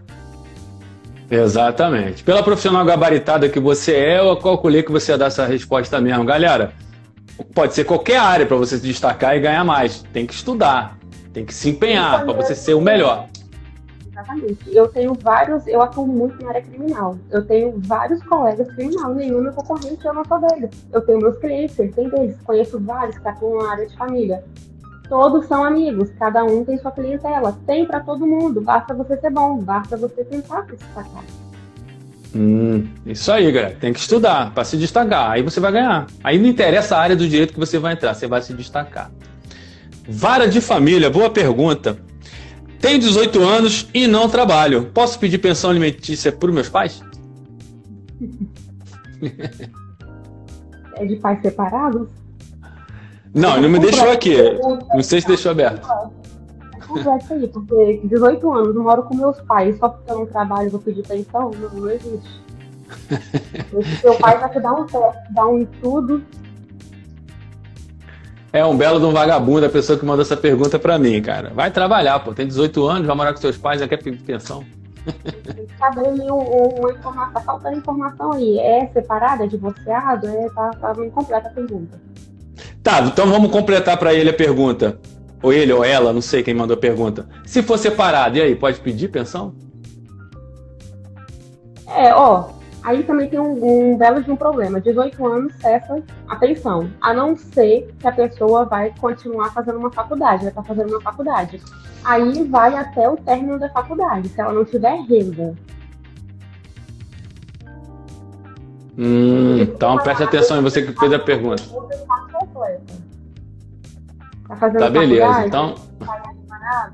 Exatamente. Pela profissional gabaritada que você é, eu calculei que você ia dar essa resposta mesmo. Galera, pode ser qualquer área para você se destacar e ganhar mais. Tem que estudar, tem que se empenhar para você ser o melhor. Exatamente. Eu atuo muito na área criminal. Eu tenho vários colegas criminais, nenhum é meu concorrente, eu não sou deles. Eu tenho meus clientes, eles têm deles. Conheço vários que atuam na área de família. Todos são amigos, cada um tem sua clientela. Tem para todo mundo, basta você ser bom, basta você tentar se destacar. Isso aí, galera. Tem que estudar para se destacar. Aí você vai ganhar. Aí não interessa a área do direito que você vai entrar, você vai se destacar. Vara de família, boa pergunta. Tenho 18 anos e não trabalho. Posso pedir pensão alimentícia para os meus pais? É de pais separados? Não, ele não me deixou aqui. Não sei se deixou aberto. É complexo aí, porque 18 anos, eu moro com meus pais, só porque eu não trabalho e vou pedir pensão? Não existe. Seu pai vai te dar um teste, dar um estudo. É um belo de um vagabundo a pessoa que mandou essa pergunta pra mim, cara. Vai trabalhar, pô. Tem 18 anos, vai morar com seus pais, já quer pedir pensão. Tem que saber ali uma informação. Tá faltando informação aí. É separado? É divorciado? Tá incompleta a pergunta. Tá, então vamos completar pra ele a pergunta. Ou ele ou ela, não sei quem mandou a pergunta. Se for separado, e aí, pode pedir pensão? Aí também tem um belo de um problema. 18 anos cessa a pensão. A não ser que a pessoa vai continuar fazendo uma faculdade. Vai estar fazendo uma faculdade. Aí vai até o término da faculdade, se ela não tiver renda. Então preste atenção em você que fez a pergunta. Tá fazendo tá, beleza. faculdade, Então. tá.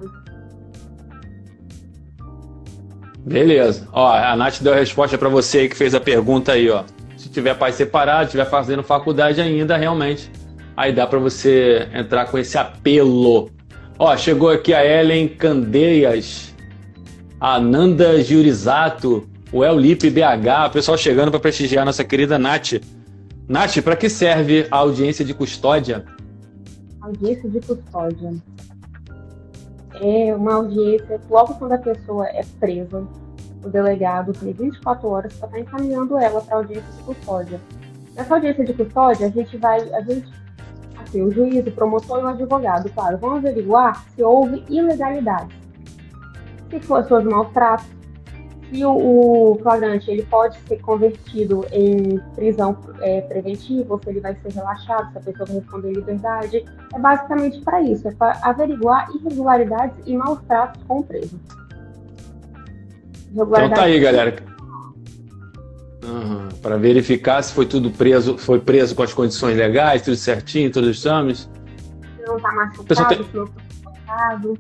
Beleza. Ó, a Nath deu a resposta para você aí que fez a pergunta aí, ó. Se tiver pai separado, estiver fazendo faculdade ainda, realmente, aí dá para você entrar com esse apelo. Ó, chegou aqui a Ellen Candeias, a Nanda Giurizato, o Elipe BH, o pessoal chegando para prestigiar a nossa querida Nath. Nath, para que serve a audiência de custódia? Audiência de custódia é uma audiência logo quando a pessoa é presa. O delegado tem 24 horas para estar encaminhando ela para a audiência de custódia. Nessa audiência de custódia, o juiz, o promotor e o advogado, claro, vão averiguar se houve ilegalidade. Se for seus maus tratos, se o flagrante ele pode ser convertido em prisão preventiva, ou se ele vai ser relaxado, se a pessoa vai responder em liberdade. É basicamente para isso, é para averiguar irregularidades e maus tratos com o preso. Então tá aí, galera. Para verificar se foi preso com as condições legais, tudo certinho, todos os exames. Se não está machucado, se não está machucado.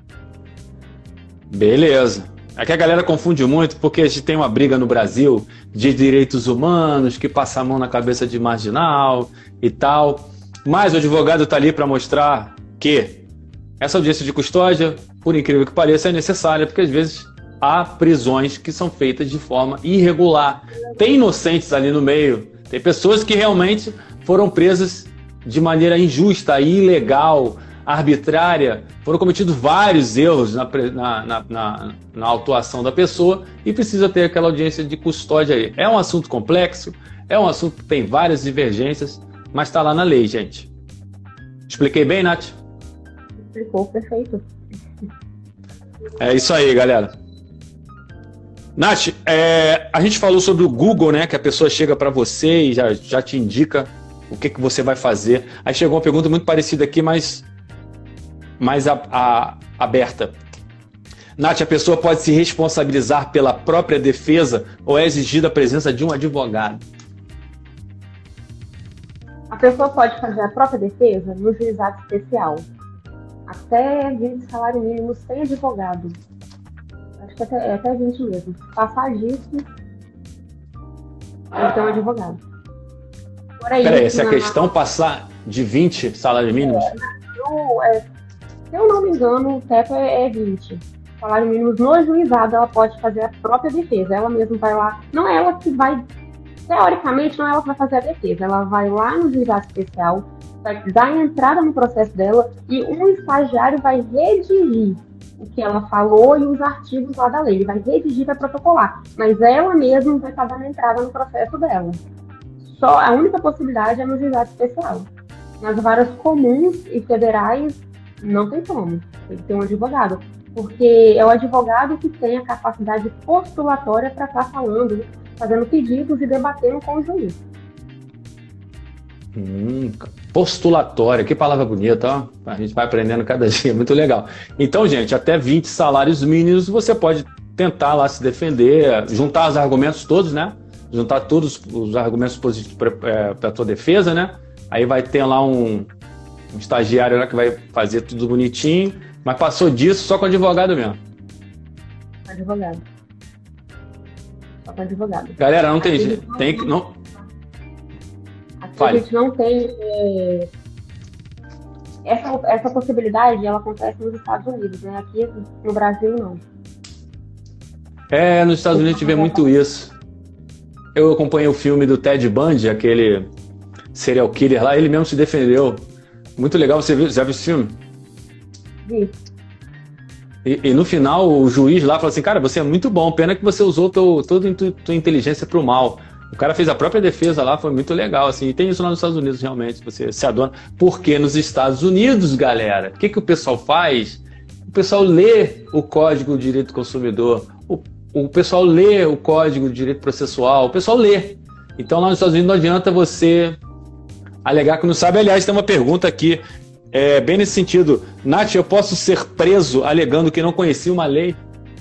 Beleza. Aqui a galera confunde muito porque a gente tem uma briga no Brasil de direitos humanos, que passa a mão na cabeça de marginal e tal. Mas o advogado está ali para mostrar que essa audiência de custódia, por incrível que pareça, é necessária, porque às vezes há prisões que são feitas de forma irregular. Tem inocentes ali no meio, tem pessoas que realmente foram presas de maneira injusta, ilegal, arbitrária, foram cometidos vários erros na autuação da pessoa e precisa ter aquela audiência de custódia aí. É um assunto complexo, é um assunto que tem várias divergências, mas está lá na lei, gente. Expliquei bem, Nath? Explicou, perfeito. É isso aí, galera. Nath, a gente falou sobre o Google, né? Que a pessoa chega para você e já te indica o que você vai fazer. Aí chegou uma pergunta muito parecida aqui, mas mais aberta. Nath, a pessoa pode se responsabilizar pela própria defesa ou é exigida a presença de um advogado? A pessoa pode fazer a própria defesa no juizado especial. Até 20 salário mínimo sem advogado. Acho que até 20 mesmo. Passar disso, tem que ter um advogado. Peraí, essa questão passar de 20 salários mínimos? Se eu não me engano, o teto é 20. salário mínimo no juizado, ela pode fazer a própria defesa. Ela mesma vai lá, não é ela que vai, teoricamente, não é ela que vai fazer a defesa. Ela vai lá no juizado especial, vai dar a entrada no processo dela e um estagiário vai redigir o que ela falou e os artigos lá da lei. Ele vai redigir para protocolar, mas ela mesma vai estar dando entrada no processo dela. Só a única possibilidade é no juizado especial. Nas varas comuns e federais, não tem como. Tem que ter um advogado. Porque é o advogado que tem a capacidade postulatória para estar falando, fazendo pedidos e debatendo com o juiz. Postulatória, que palavra bonita, ó. A gente vai aprendendo cada dia, muito legal. Então, gente, até 20 salários mínimos você pode tentar lá se defender, juntar os argumentos todos, né? Juntar todos os argumentos positivos para a tua defesa, né? Aí vai ter lá um estagiário lá que vai fazer tudo bonitinho, mas passou disso só com advogado mesmo. Advogado. Só com advogado. Galera, não tem jeito. Tem que. Não... Aqui a gente não tem. Essa possibilidade, ela acontece nos Estados Unidos, né? Aqui no Brasil, não. Nos Estados Unidos a gente vê muito isso. Eu acompanhei o filme do Ted Bundy, aquele serial killer lá, ele mesmo se defendeu. Muito legal, você já viu esse filme? Vi. E no final o juiz lá falou assim, cara, você é muito bom, pena que você usou toda a tua inteligência pro mal. O cara fez a própria defesa lá, foi muito legal, assim, e tem isso lá nos Estados Unidos realmente, você se adona. Porque nos Estados Unidos, galera, o que o pessoal faz? O pessoal lê o Código de Direito do Consumidor, o pessoal lê o Código de Direito Processual, o pessoal lê. Então lá nos Estados Unidos não adianta você alegar que não sabe. Aliás, tem uma pergunta aqui, bem nesse sentido. Nath, eu posso ser preso alegando que não conhecia uma lei?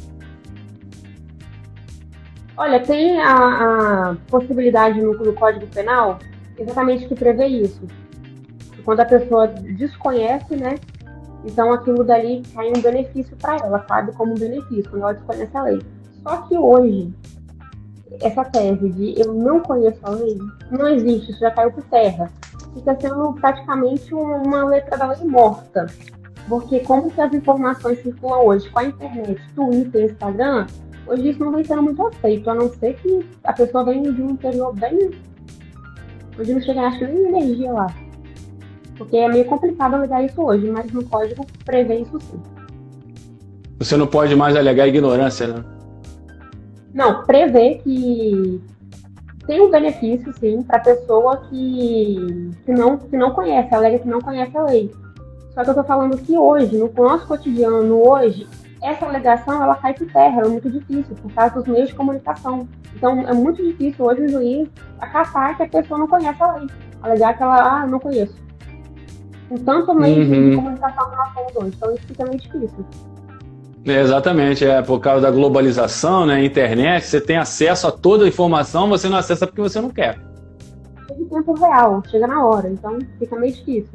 Olha, tem a possibilidade no Código Penal exatamente que prevê isso. Quando a pessoa desconhece, né? Então aquilo dali cai um benefício para ela, cabe como um benefício, quando ela desconhece a lei. Só que hoje, essa tese de eu não conheço a lei, não existe, isso já caiu por terra. Fica sendo praticamente uma letra da lei morta. Porque como que as informações circulam hoje com a internet, Twitter, Instagram, hoje isso não vem sendo muito aceito, a não ser que a pessoa venha de um interior bem... Hoje não chega, acho que nem energia lá. Porque é meio complicado alegar isso hoje, mas no código prevê isso sim. Você não pode mais alegar ignorância, né? Não, prevê que tem um benefício, sim, para a pessoa que não conhece, alega que não conhece a lei. Só que eu tô falando que hoje, no nosso cotidiano, hoje, essa alegação, ela cai por terra, é muito difícil, por causa dos meios de comunicação. Então, é muito difícil hoje o juiz acatar que a pessoa não conhece a lei. Alegar que ela, não conheço. Com tanto meio de comunicação que nós temos hoje. Então, isso fica meio difícil. Exatamente, por causa da globalização, né, internet, você tem acesso a toda a informação, você não acessa porque você não quer. Chega em tempo real, chega na hora, então fica meio difícil.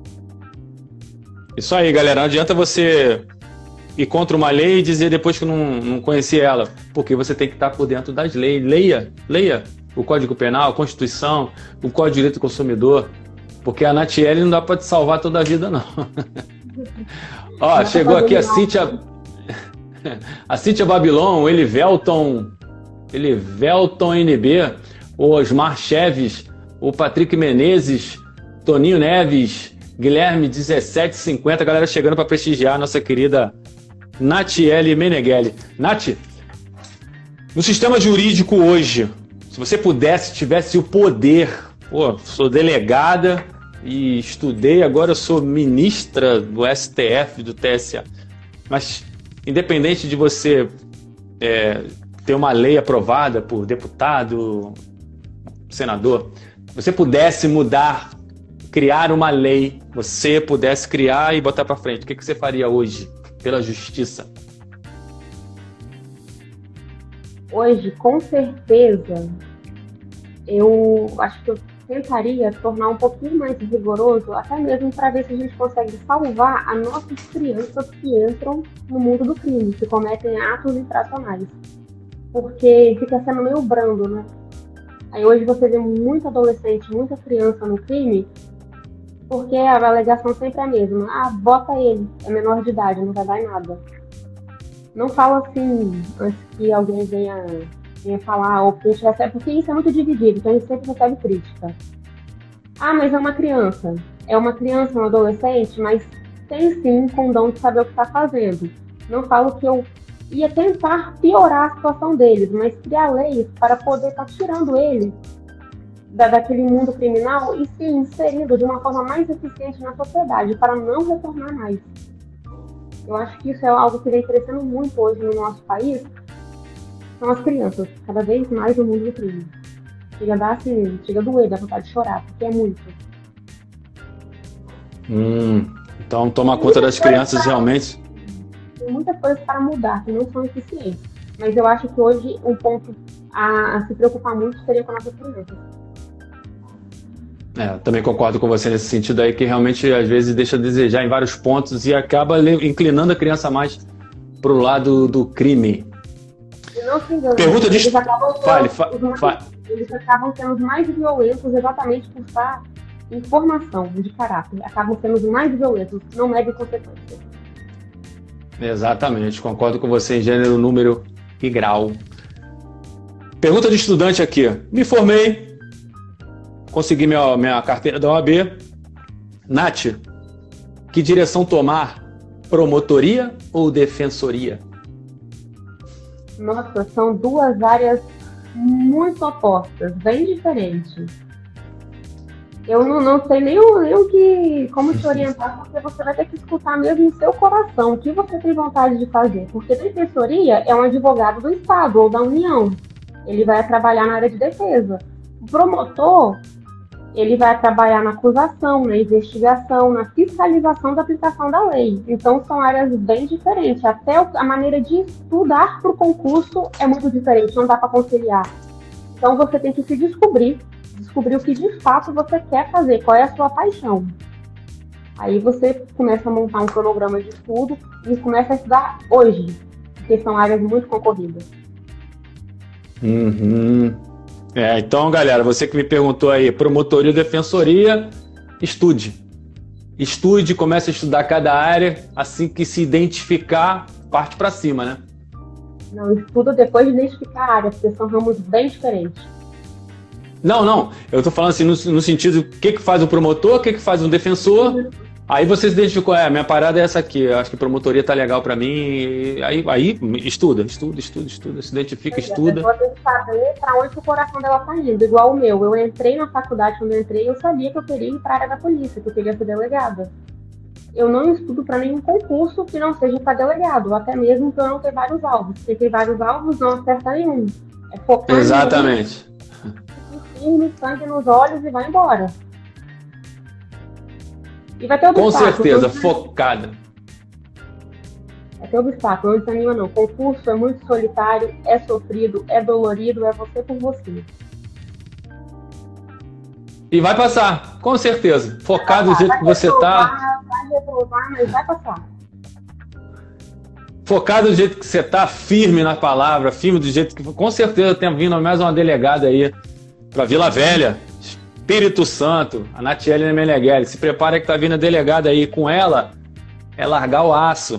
Isso aí, galera, não adianta você ir contra uma lei e dizer depois que não conhecia ela, porque você tem que estar por dentro das leis. Leia o Código Penal, a Constituição, o Código de Direito do Consumidor, porque a Natiele não dá para te salvar toda a vida, não. Ó, chegou aqui a Cíntia Babilon, o Elivelton NB, o Osmar Cheves, o Patrick Menezes, Toninho Neves, Guilherme 1750, galera chegando para prestigiar a nossa querida Natiele Meneghelli. Nath, no sistema jurídico hoje, se você pudesse, tivesse o poder, sou delegada e estudei, agora eu sou ministra do STF, do TSE, mas independente de você ter uma lei aprovada por deputado, senador, você pudesse mudar, criar uma lei, você pudesse criar e botar para frente, o que você faria hoje pela justiça? Hoje, com certeza, eu acho que eu tentaria tornar um pouquinho mais rigoroso, até mesmo para ver se a gente consegue salvar as nossas crianças que entram no mundo do crime, que cometem atos infracionais. Porque fica sendo meio brando, né? Aí hoje você vê muito adolescente, muita criança no crime, porque a alegação sempre é a mesma. Bota ele, é menor de idade, não vai dar em nada. Não falo assim antes que alguém venha falar, ou que a gente recebe, porque isso é muito dividido, então a gente sempre recebe crítica. Ah, mas é uma criança. É uma criança, um adolescente, mas tem sim condão de saber o que está fazendo. Não falo que eu ia tentar piorar a situação deles, mas criar leis para poder estar tirando eles daquele mundo criminal e se inserindo de uma forma mais eficiente na sociedade, para não retornar mais. Eu acho que isso é algo que vem crescendo muito hoje no nosso país, são as crianças, cada vez mais no mundo do crime. Chega a doer, dá vontade de chorar, porque é muito. Então toma conta das crianças realmente. Tem muitas coisas para mudar, que não são eficientes. Mas eu acho que hoje um ponto a se preocupar muito seria com nossas crianças. Também concordo com você nesse sentido aí, que realmente às vezes deixa a desejar em vários pontos e acaba inclinando a criança mais para o lado do crime. E não se engane, pergunta de... eles acabam sendo os mais violentos exatamente por estar em formação de caráter. Acabam sendo os mais violentos, não medem consequências. Exatamente, concordo com você em gênero, número e grau. Pergunta de estudante aqui. Me formei, consegui minha carteira da OAB. Nath, que direção tomar? Promotoria ou defensoria? Nossa, são duas áreas muito opostas, bem diferentes. Eu não sei nem como te orientar, porque você vai ter que escutar mesmo o seu coração, o que você tem vontade de fazer. Porque defensoria é um advogado do Estado ou da União. Ele vai trabalhar na área de defesa. O promotor, ele vai trabalhar na acusação, na investigação, na fiscalização da aplicação da lei. Então, são áreas bem diferentes. Até a maneira de estudar para o concurso é muito diferente, não dá para conciliar. Então, você tem que se descobrir o que de fato você quer fazer, qual é a sua paixão. Aí você começa a montar um cronograma de estudo e começa a estudar hoje, porque são áreas muito concorridas. Então, galera, você que me perguntou aí, promotoria ou defensoria, estude. Estude, comece a estudar cada área, assim que se identificar, parte para cima, né? Não, estuda depois de identificar a área, porque são ramos bem diferentes. Não, eu tô falando assim no sentido, o que faz o promotor, o que faz o defensor, aí você se identificou, minha parada é essa aqui, eu acho que promotoria tá legal pra mim, aí estuda, se identifica, estuda. A pessoa tem que saber pra onde o coração dela tá indo, igual o meu. Eu entrei na faculdade, quando eu entrei, eu sabia que eu queria ir pra área da polícia, que eu queria ser delegada. Eu não estudo pra nenhum concurso que não seja pra delegado, ou até mesmo que eu não tenha vários alvos. Se tem vários alvos, não acerta nenhum. É focar exatamente. Firme, sangue nos olhos e vai embora. E vai ter obstáculo. Com certeza, focada. Vai ter obstáculo, não desanima não. Concurso é muito solitário, é sofrido, é dolorido, é você por você. E vai passar, com certeza. Focado do jeito que você tá. Vai reprovar, mas vai passar. Focado do jeito que você tá, firme na palavra, firme do jeito que... Com certeza tem vindo mais uma delegada aí para Vila Velha, Espírito Santo, a Natiele Meneghelli. Se prepara que tá vindo a delegada aí. Com ela, é largar o aço.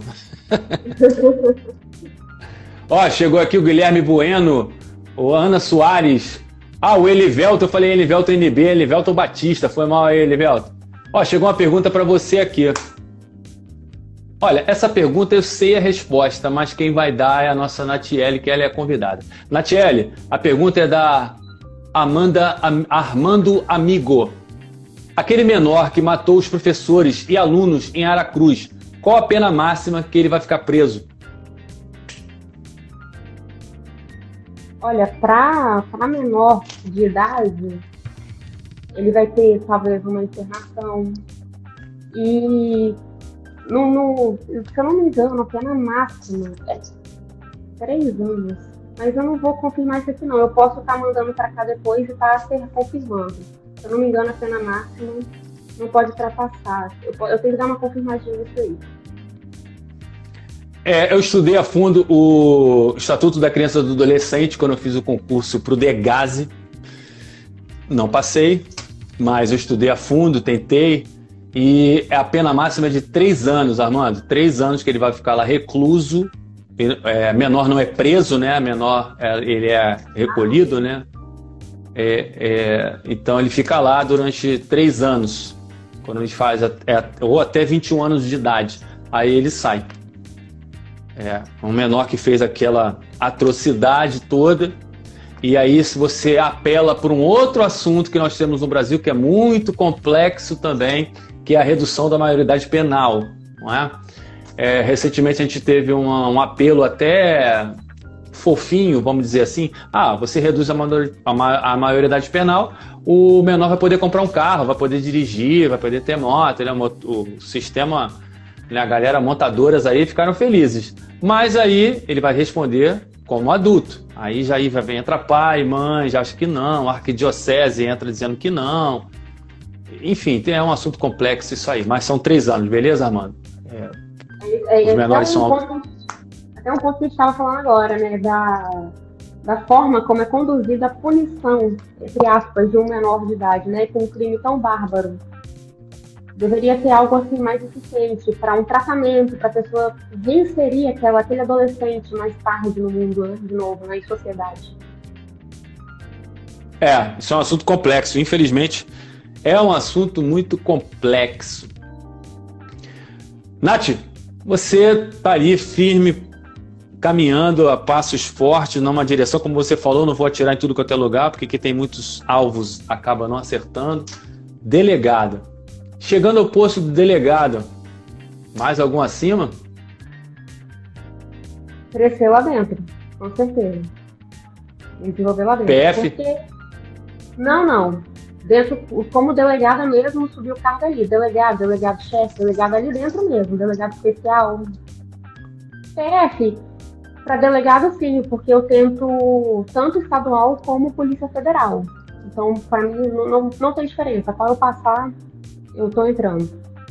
Ó, chegou aqui o Guilherme Bueno, o Ana Soares. O Elivelto, eu falei Elivelto NB, Elivelto Batista. Foi mal aí, Elivelto. Ó, chegou uma pergunta para você aqui. Olha, essa pergunta eu sei a resposta, mas quem vai dar é a nossa Natiele, que ela é a convidada. Natiele, a pergunta é da Armando Amigo. Aquele menor que matou os professores e alunos em Aracruz, qual a pena máxima que ele vai ficar preso? Olha, para menor de idade, ele vai ter talvez uma internação. E, se eu não me engano, a pena máxima é 3 anos. Mas eu não vou confirmar isso aqui não. Eu posso estar mandando para cá depois e estar confirmando. Se eu não me engano, a pena máxima não pode ultrapassar. Eu tenho que dar uma confirmadinha nisso aí. Eu estudei a fundo o Estatuto da Criança e do Adolescente quando eu fiz o concurso para o DEGASE. Não passei, mas eu estudei a fundo, tentei. E a pena máxima é de 3 anos, Armando. 3 anos que ele vai ficar lá recluso menor não é preso, né? Menor ele é recolhido, né? Então ele fica lá durante 3 anos, quando a gente faz ou até 21 anos de idade, aí ele sai. Um menor que fez aquela atrocidade toda. E aí, se você apela por um outro assunto que nós temos no Brasil, que é muito complexo também, que é a redução da maioridade penal, não é? Recentemente a gente teve um apelo até fofinho, vamos dizer assim. Você reduz a maioridade penal, o menor vai poder comprar um carro, vai poder dirigir, vai poder ter moto, né? O sistema, né? A galera montadoras aí ficaram felizes. Mas aí ele vai responder como adulto. Aí já entra pai, mãe, já acha que não, a arquidiocese entra dizendo que não. Enfim, é um assunto complexo isso aí, mas são 3 anos, beleza, Armando? Os menores são... Até um ponto que a gente estava falando agora, né, da forma como é conduzida a punição, entre aspas, de um menor de idade, né, com um crime tão bárbaro. Deveria ter algo assim mais eficiente para um tratamento, para a pessoa reinserir aquele adolescente mais tarde no mundo, né, de novo, na sociedade. Isso é um assunto complexo. Infelizmente, é um assunto muito complexo. Nath, você está ali firme, caminhando a passos fortes numa direção, como você falou, não vou atirar em tudo quanto é lugar, porque quem tem muitos alvos acaba não acertando. Delegada. Chegando ao posto do delegado, mais algum acima? Cresceu lá dentro, com certeza. Desenvolver lá dentro. PF? Porque... Não. Dentro, como delegada mesmo, subiu o cargo ali. Delegado-chefe, delegado ali dentro mesmo. Delegado especial. PF, para delegado sim, porque eu tento tanto estadual como Polícia Federal. Então, para mim, não tem diferença. Para eu passar... eu estou entrando.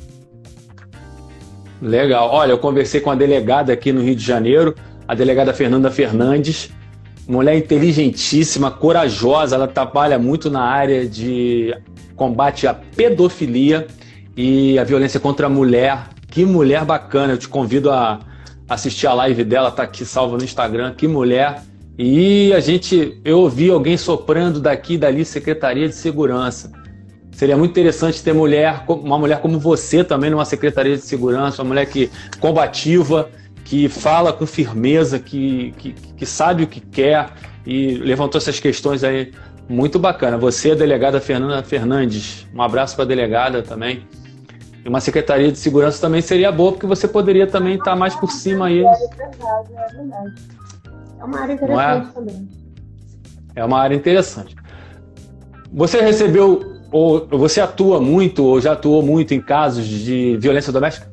Legal. Olha, eu conversei com a delegada aqui no Rio de Janeiro, a delegada Fernanda Fernandes, mulher inteligentíssima, corajosa, ela trabalha muito na área de combate à pedofilia e a violência contra a mulher. Que mulher bacana, eu te convido a assistir a live dela, tá aqui salva no Instagram, que mulher. E eu ouvi alguém soprando daqui e dali, Secretaria de Segurança. Seria muito interessante ter uma mulher como você também numa Secretaria de Segurança, uma mulher combativa, que fala com firmeza, que sabe o que quer e levantou essas questões aí. Muito bacana. Você, a delegada Fernanda Fernandes, um abraço para a delegada também. E uma Secretaria de Segurança também seria boa, porque você poderia também estar mais por cima aí. É verdade. É uma área interessante também. É uma área interessante. Você recebeu... ou você atua muito, ou já atuou muito em casos de violência doméstica?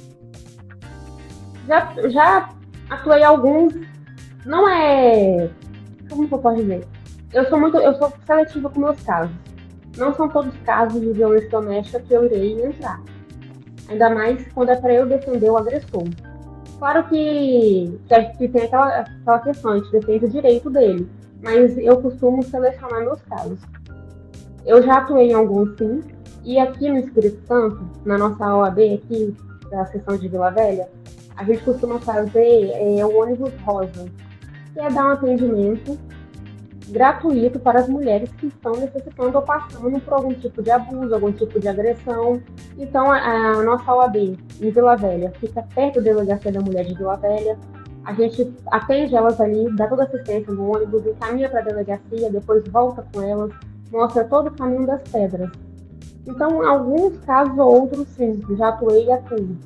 Já atuei alguns. Não é... como que eu posso dizer? Eu sou seletiva com meus casos. Não são todos os casos de violência doméstica que eu irei entrar. Ainda mais quando é para eu defender o agressor. Claro que tem aquela questão, a gente defende o direito dele. Mas eu costumo selecionar meus casos. Eu já atuei em alguns, sim. E aqui no Espírito Santo, na nossa OAB aqui, da seção de Vila Velha, a gente costuma fazer o ônibus rosa, que é dar um atendimento gratuito para as mulheres que estão necessitando ou passando por algum tipo de abuso, algum tipo de agressão. Então, a nossa OAB em Vila Velha fica perto da Delegacia da Mulher de Vila Velha. A gente atende elas ali, dá toda a assistência no ônibus, encaminha para a delegacia, depois volta com elas, mostra todo o caminho das pedras. Então, alguns casos ou outros, sim, já atuei e atuo.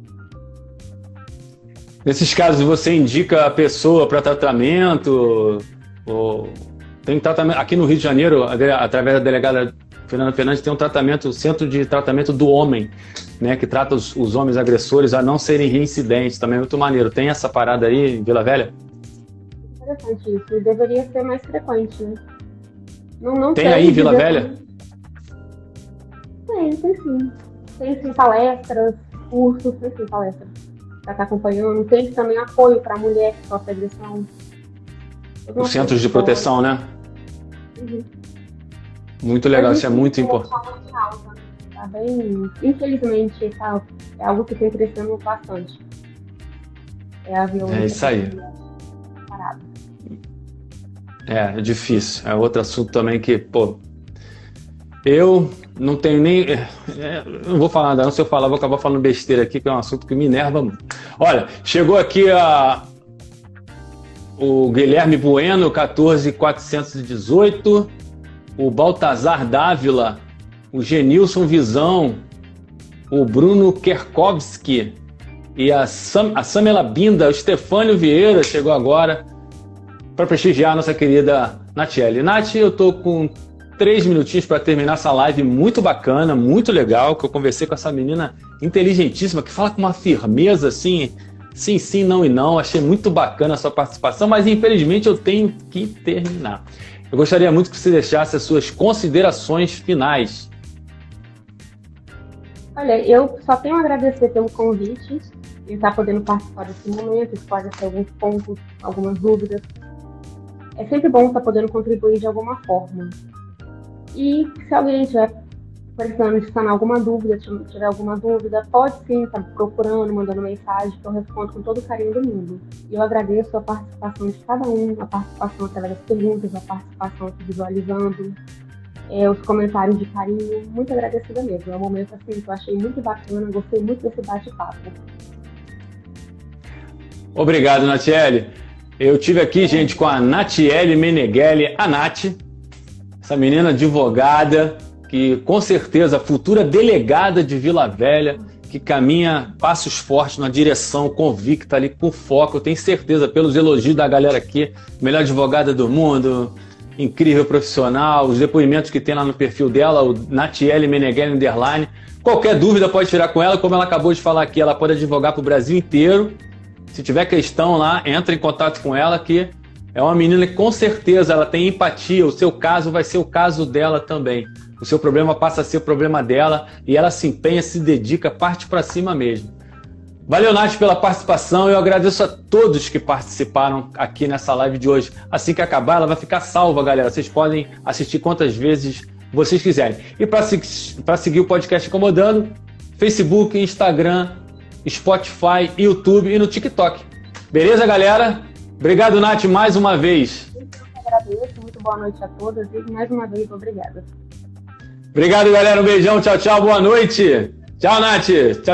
Nesses casos, você indica a pessoa para tratamento? Ou tem tratamento? Aqui no Rio de Janeiro, através da delegada Fernanda Fernandes, tem um tratamento, o Centro de Tratamento do Homem, né, que trata os homens agressores a não serem reincidentes. Também é muito maneiro. Tem essa parada aí em Vila Velha? Interessante isso. E deveria ser mais frequente, né? Não tem aí em Vila Velha? Tem sim. Tem sim palestras, cursos, tem sim palestras para estar acompanhando. Tem também apoio para a mulher que sofre agressão. Os centros de proteção, né? Uhum. Muito legal, isso é muito importante. Tá bem, infelizmente, é algo que tem crescendo bastante. é a violência. É isso aí. É difícil. É outro assunto também que, pô, eu não tenho nem... não vou falar nada, não. Se eu falar, vou acabar falando besteira aqui, que é um assunto que me enerva muito. Olha, chegou aqui o Guilherme Bueno, 14418, o Baltazar Dávila, o Genilson Visão, o Bruno Kerkovski e a Samela Binda, o Stefânio Vieira chegou agora para prestigiar a nossa querida Natiele. Nath, eu tô com 3 minutinhos para terminar essa live muito bacana, muito legal, que eu conversei com essa menina inteligentíssima, que fala com uma firmeza assim, sim, sim, não e não. Achei muito bacana a sua participação, mas infelizmente eu tenho que terminar. Eu gostaria muito que você deixasse as suas considerações finais. Olha, eu só tenho a agradecer pelo convite e estar podendo participar desse momento, esclarecer alguns pontos, algumas dúvidas. É sempre bom estar podendo contribuir de alguma forma. E se alguém estiver precisando de sanar alguma dúvida, tiver alguma dúvida, pode sim estar procurando, mandando mensagem, que eu respondo com todo o carinho do mundo. E eu agradeço a participação de cada um, a participação através das perguntas, a participação aqui visualizando, os comentários de carinho. Muito agradecida mesmo. É um momento assim que eu achei muito bacana, gostei muito desse bate-papo. Obrigado, Natiele. Eu tive aqui, gente, com a Natiele Meneghelli, a Nath, essa menina advogada, que com certeza, futura delegada de Vila Velha, que caminha passos fortes na direção convicta ali, com foco, eu tenho certeza, pelos elogios da galera aqui, melhor advogada do mundo, incrível profissional, os depoimentos que tem lá no perfil dela, o Natiele Meneghelli _. Qualquer dúvida pode tirar com ela, como ela acabou de falar aqui, ela pode advogar para o Brasil inteiro. Se tiver questão lá, entra em contato com ela, que é uma menina que com certeza ela tem empatia, o seu caso vai ser o caso dela também. O seu problema passa a ser o problema dela e ela se empenha, se dedica, parte para cima mesmo. Valeu, Nath, pela participação. Eu agradeço a todos que participaram aqui nessa live de hoje. Assim que acabar, ela vai ficar salva, galera. Vocês podem assistir quantas vezes vocês quiserem. E para seguir o podcast Incomodando, Facebook, Instagram, Spotify, YouTube e no TikTok. Beleza, galera? Obrigado, Nath, mais uma vez. Eu agradeço. Muito boa noite a todas e mais uma vez, obrigada. Obrigado, galera. Um beijão. Tchau, tchau. Boa noite. Tchau, Nath. Tchau.